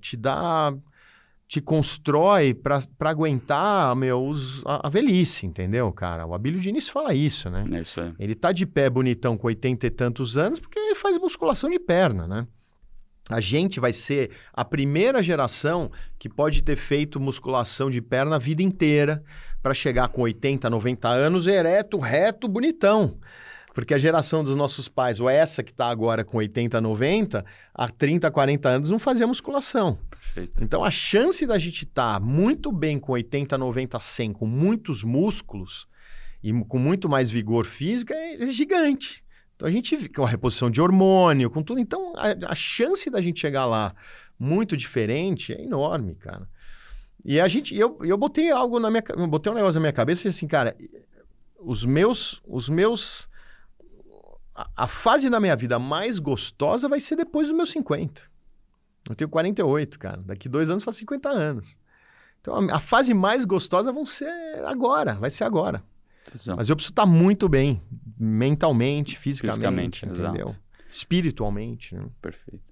te constrói pra aguentar, a velhice, entendeu, cara? O Abílio Diniz fala isso, né? É isso aí. Ele tá de pé bonitão com 80 e tantos anos porque ele faz musculação de perna, né? A gente vai ser a primeira geração que pode ter feito musculação de perna a vida inteira para chegar com 80, 90 anos ereto, reto, bonitão. Porque a geração dos nossos pais, ou essa que está agora com 80, 90, há 30, 40 anos não fazia musculação. Perfeito. Então a chance da gente estar muito bem com 80, 90, 100, com muitos músculos e com muito mais vigor físico é gigante. Então a gente, com a reposição de hormônio, com tudo, então a chance da gente chegar lá muito diferente é enorme, cara. E eu botei algo botei um negócio na minha cabeça e assim, cara, a fase da minha vida mais gostosa vai ser depois dos meus 50. Eu tenho 48, cara. Daqui 2 anos faz 50 anos. Então, a fase mais gostosa vai ser agora. Exato. Mas eu preciso estar muito bem, mentalmente, fisicamente, entendeu? Exato. Espiritualmente. Né? Perfeito.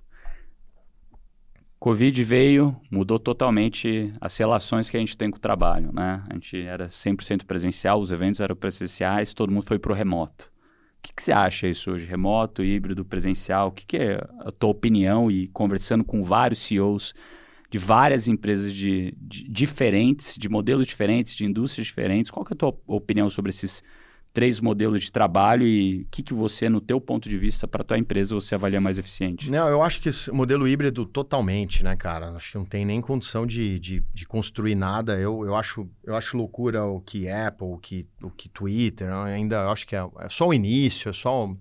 Covid veio, mudou totalmente as relações que a gente tem com o trabalho, né? A gente era 100% presencial, os eventos eram presenciais, todo mundo foi para o remoto. O que você acha isso hoje? Remoto, híbrido, presencial? O que é a tua opinião? E conversando com vários CEOs de várias empresas diferentes, de modelos diferentes, de indústrias diferentes, qual que é a tua opinião sobre esses 3 modelos de trabalho e o que você, no teu ponto de vista, para a tua empresa, você avalia mais eficiente? Não, eu acho que esse modelo híbrido totalmente, né, cara? Acho que não tem nem condição de construir nada. Eu acho loucura o que Apple, o que Twitter, ainda acho que é só o início,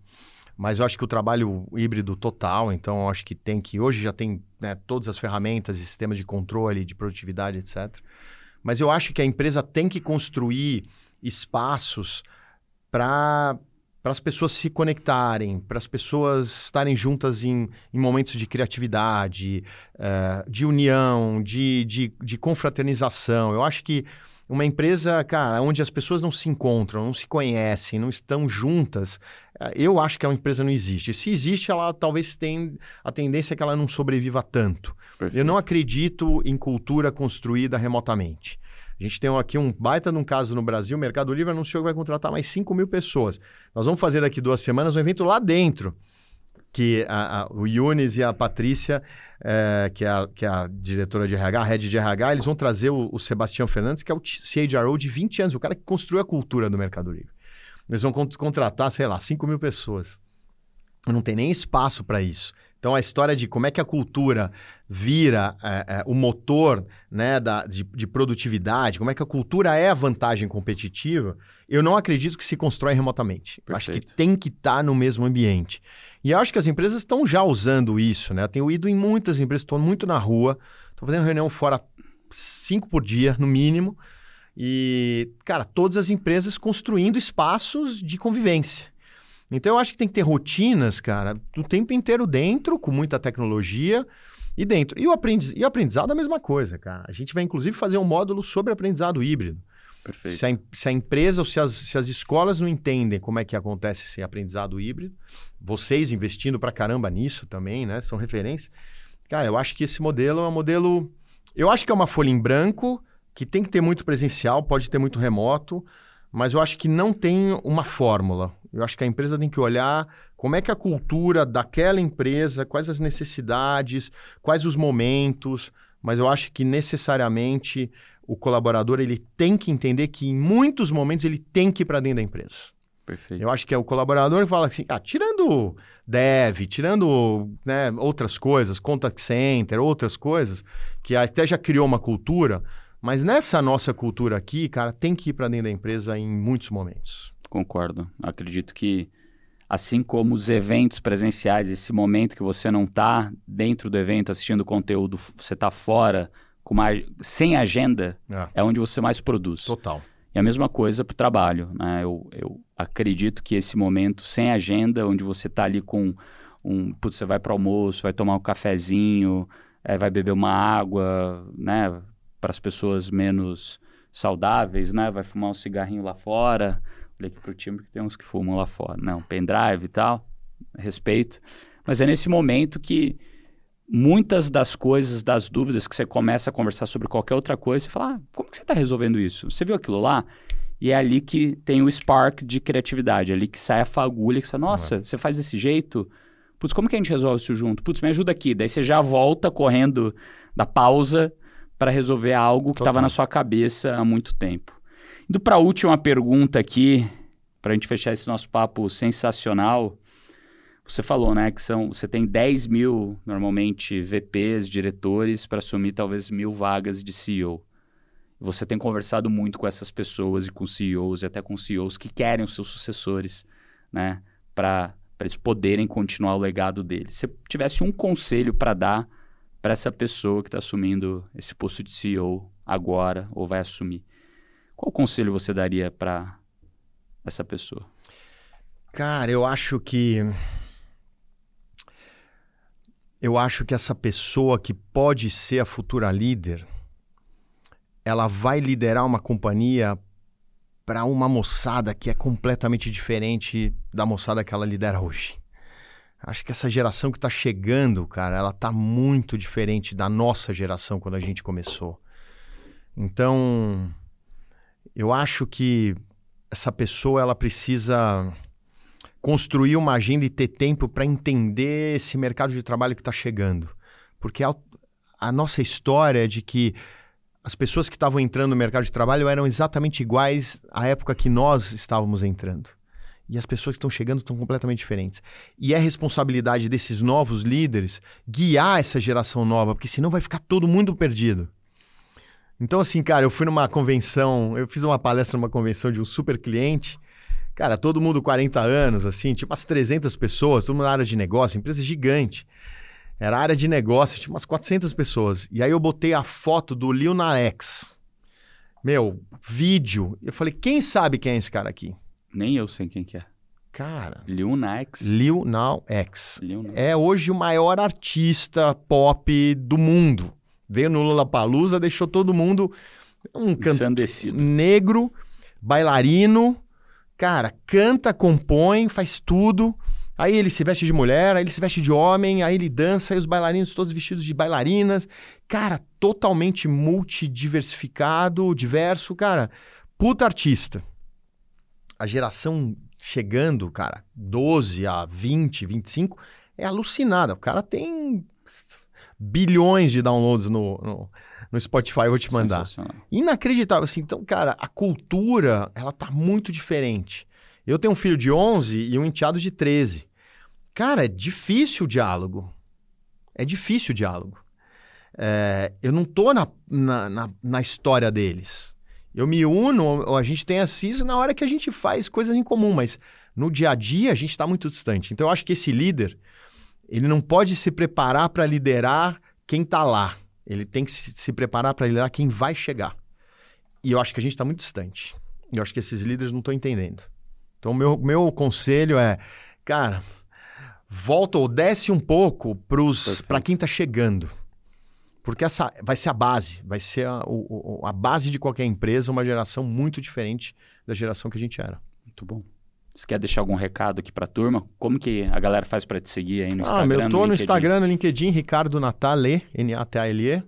mas eu acho que o trabalho híbrido total, então eu acho que hoje já tem, né, todas as ferramentas e sistemas de controle, de produtividade, etc. Mas eu acho que a empresa tem que construir espaços para as pessoas se conectarem, para as pessoas estarem juntas em momentos de criatividade, de união, de confraternização. Eu acho que uma empresa, cara, onde as pessoas não se encontram, não se conhecem, não estão juntas, eu acho que a empresa não existe. Se existe, ela talvez tenha a tendência que ela não sobreviva tanto. Perfeito. Eu não acredito em cultura construída remotamente. A gente tem aqui um baita de um caso no Brasil, o Mercado Livre anunciou que vai contratar mais 5.000 pessoas. Nós vamos fazer daqui 2 semanas um evento lá dentro, que o Yunis e a Patrícia, que é a diretora de RH, a head de RH, eles vão trazer o Sebastião Fernandes, que é o CHRO de 20 anos, o cara que construiu a cultura do Mercado Livre. Eles vão contratar, sei lá, 5.000 pessoas. Não tem nem espaço para isso. Então, a história de como é que a cultura vira o motor, né, de produtividade, como é que a cultura é a vantagem competitiva, eu não acredito que se constrói remotamente. Eu acho que tem que estar no mesmo ambiente. E eu acho que as empresas estão já usando isso, né? Eu tenho ido em muitas empresas, estou muito na rua, estou fazendo reunião fora 5 por dia, no mínimo. E, cara, todas as empresas construindo espaços de convivência. Então, eu acho que tem que ter rotinas, cara, o tempo inteiro dentro, com muita tecnologia e dentro. E o aprendizado é a mesma coisa, cara. A gente vai, inclusive, fazer um módulo sobre aprendizado híbrido. Perfeito. Se a empresa ou se as escolas não entendem como é que acontece esse aprendizado híbrido, vocês investindo pra caramba nisso também, né? São referências. Cara, eu acho que esse modelo é um modelo... Eu acho que é uma folha em branco, que tem que ter muito presencial, pode ter muito remoto, mas eu acho que não tem uma fórmula. Eu acho que a empresa tem que olhar como é que a cultura daquela empresa, quais as necessidades, quais os momentos, mas eu acho que necessariamente o colaborador ele tem que entender que em muitos momentos ele tem que ir para dentro da empresa. Perfeito. Eu acho que é o colaborador que fala assim, tirando dev, tirando, né, outras coisas, contact center, outras coisas, que até já criou uma cultura, mas nessa nossa cultura aqui, cara, tem que ir para dentro da empresa em muitos momentos. Concordo. Acredito que, assim como os eventos presenciais, esse momento que você não está dentro do evento assistindo conteúdo, você está fora, sem agenda, é onde você mais produz. Total. E a mesma coisa para o trabalho, né? Eu acredito que esse momento sem agenda, onde você está ali com você vai para o almoço, vai tomar um cafezinho, vai beber uma água, né? Para as pessoas menos saudáveis, né? Vai fumar um cigarrinho lá fora. Olha aqui pro time que tem uns que fumam lá fora. Não, pendrive e tal, respeito. Mas é nesse momento que muitas das coisas, das dúvidas que você começa a conversar sobre qualquer outra coisa, você fala, como que você está resolvendo isso? Você viu aquilo lá? E é ali que tem o spark de criatividade, é ali que sai a fagulha, que você fala, nossa, você faz desse jeito? Putz, como que a gente resolve isso junto? Putz, me ajuda aqui. Daí você já volta correndo da pausa para resolver algo que estava na sua cabeça há muito tempo. Indo para a última pergunta aqui, para a gente fechar esse nosso papo sensacional, você falou, né, que você tem 10.000, normalmente, VPs, diretores, para assumir talvez 1.000 vagas de CEO. Você tem conversado muito com essas pessoas e com CEOs, e até com CEOs que querem os seus sucessores, né, para eles poderem continuar o legado deles. Se você tivesse um conselho para dar para essa pessoa que está assumindo esse posto de CEO agora, ou vai assumir, qual conselho você daria para essa pessoa? Cara, eu acho que essa pessoa que pode ser a futura líder, ela vai liderar uma companhia para uma moçada que é completamente diferente da moçada que ela lidera hoje. Acho que essa geração que está chegando, cara, ela está muito diferente da nossa geração quando a gente começou. Então, eu acho que essa pessoa ela precisa construir uma agenda e ter tempo para entender esse mercado de trabalho que está chegando. Porque a nossa história é de que as pessoas que estavam entrando no mercado de trabalho eram exatamente iguais à época que nós estávamos entrando. E as pessoas que estão chegando estão completamente diferentes. E é responsabilidade desses novos líderes guiar essa geração nova, porque senão vai ficar todo mundo perdido. Então, assim, cara, eu fui numa convenção, eu fiz uma palestra numa convenção de um super cliente. Cara, todo mundo 40 anos, assim, tipo umas 300 pessoas, todo mundo na área de negócio, empresa gigante. Era área de negócio, tinha umas 400 pessoas. E aí eu botei a foto do Lil Nas X. Meu, vídeo. Eu falei, quem sabe quem é esse cara aqui? Nem eu sei quem que é. Cara... Lil Nas X. Lil Nas X. Lil Nas. É hoje o maior artista pop do mundo. Veio no Lollapalooza, deixou todo mundo... Um ensandecido. Negro, bailarino... Cara, canta, compõe, faz tudo. Aí ele se veste de mulher, aí ele se veste de homem, aí ele dança, aí os bailarinos todos vestidos de bailarinas. Cara, totalmente multidiversificado, diverso. Cara, puta artista. A geração chegando, cara, 12 a 20, 25, é alucinada. O cara tem bilhões de downloads no Spotify, eu vou te mandar. Inacreditável, assim. Então, cara, a cultura, ela tá muito diferente. Eu tenho um filho de 11 e um enteado de 13. Cara, é difícil o diálogo. É difícil o diálogo. Eu não tô na história deles. Eu me uno, a gente tem assist na hora que a gente faz coisas em comum, mas no dia a dia a gente tá muito distante. Então, eu acho que esse líder, ele não pode se preparar para liderar quem tá lá. Ele tem que se preparar para liderar quem vai chegar. E eu acho que a gente está muito distante. Eu acho que esses líderes não estão entendendo. Então, meu conselho é, cara, volta ou desce um pouco para quem está chegando. Porque essa vai ser a base, vai ser a base de qualquer empresa, uma geração muito diferente da geração que a gente era. Muito bom. Você quer deixar algum recado aqui para a turma? Como que a galera faz para te seguir aí no Instagram? Eu tô no Instagram, no LinkedIn, Ricardo Natale, Natale,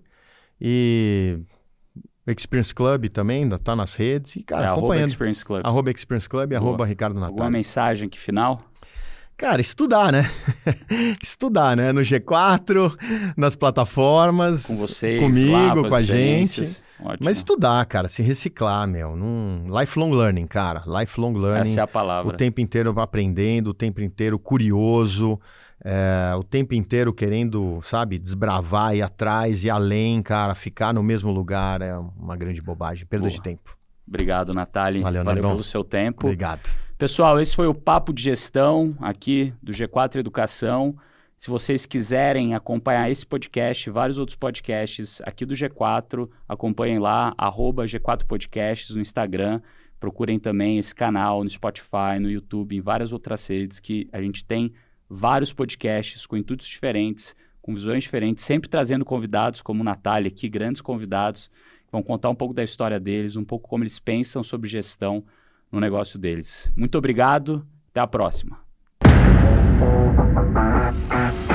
e Experience Club também, tá nas redes. E, cara, acompanhando. Experience Club. Experience Club, Ricardo Natale. Alguma mensagem aqui final? Cara, estudar, né? Estudar, né? No G4, nas plataformas. Com vocês, comigo, com a gente. Ótimo. Mas estudar, cara, se reciclar, meu. Lifelong learning, cara. Lifelong learning. Essa é a palavra. O tempo inteiro aprendendo, o tempo inteiro curioso, o tempo inteiro querendo, sabe, desbravar, ir atrás, ir além, cara. Ficar no mesmo lugar é uma grande bobagem, perda de tempo. Obrigado, Natale. Valeu pelo seu tempo. Obrigado. Pessoal, esse foi o Papo de Gestão aqui do G4 Educação. Se vocês quiserem acompanhar esse podcast e vários outros podcasts aqui do G4, acompanhem lá, @G4 Podcasts no Instagram. Procurem também esse canal no Spotify, no YouTube, em várias outras redes que a gente tem vários podcasts com intuitos diferentes, com visões diferentes, sempre trazendo convidados como o Natale aqui, grandes convidados, que vão contar um pouco da história deles, um pouco como eles pensam sobre gestão no negócio deles. Muito obrigado, até a próxima.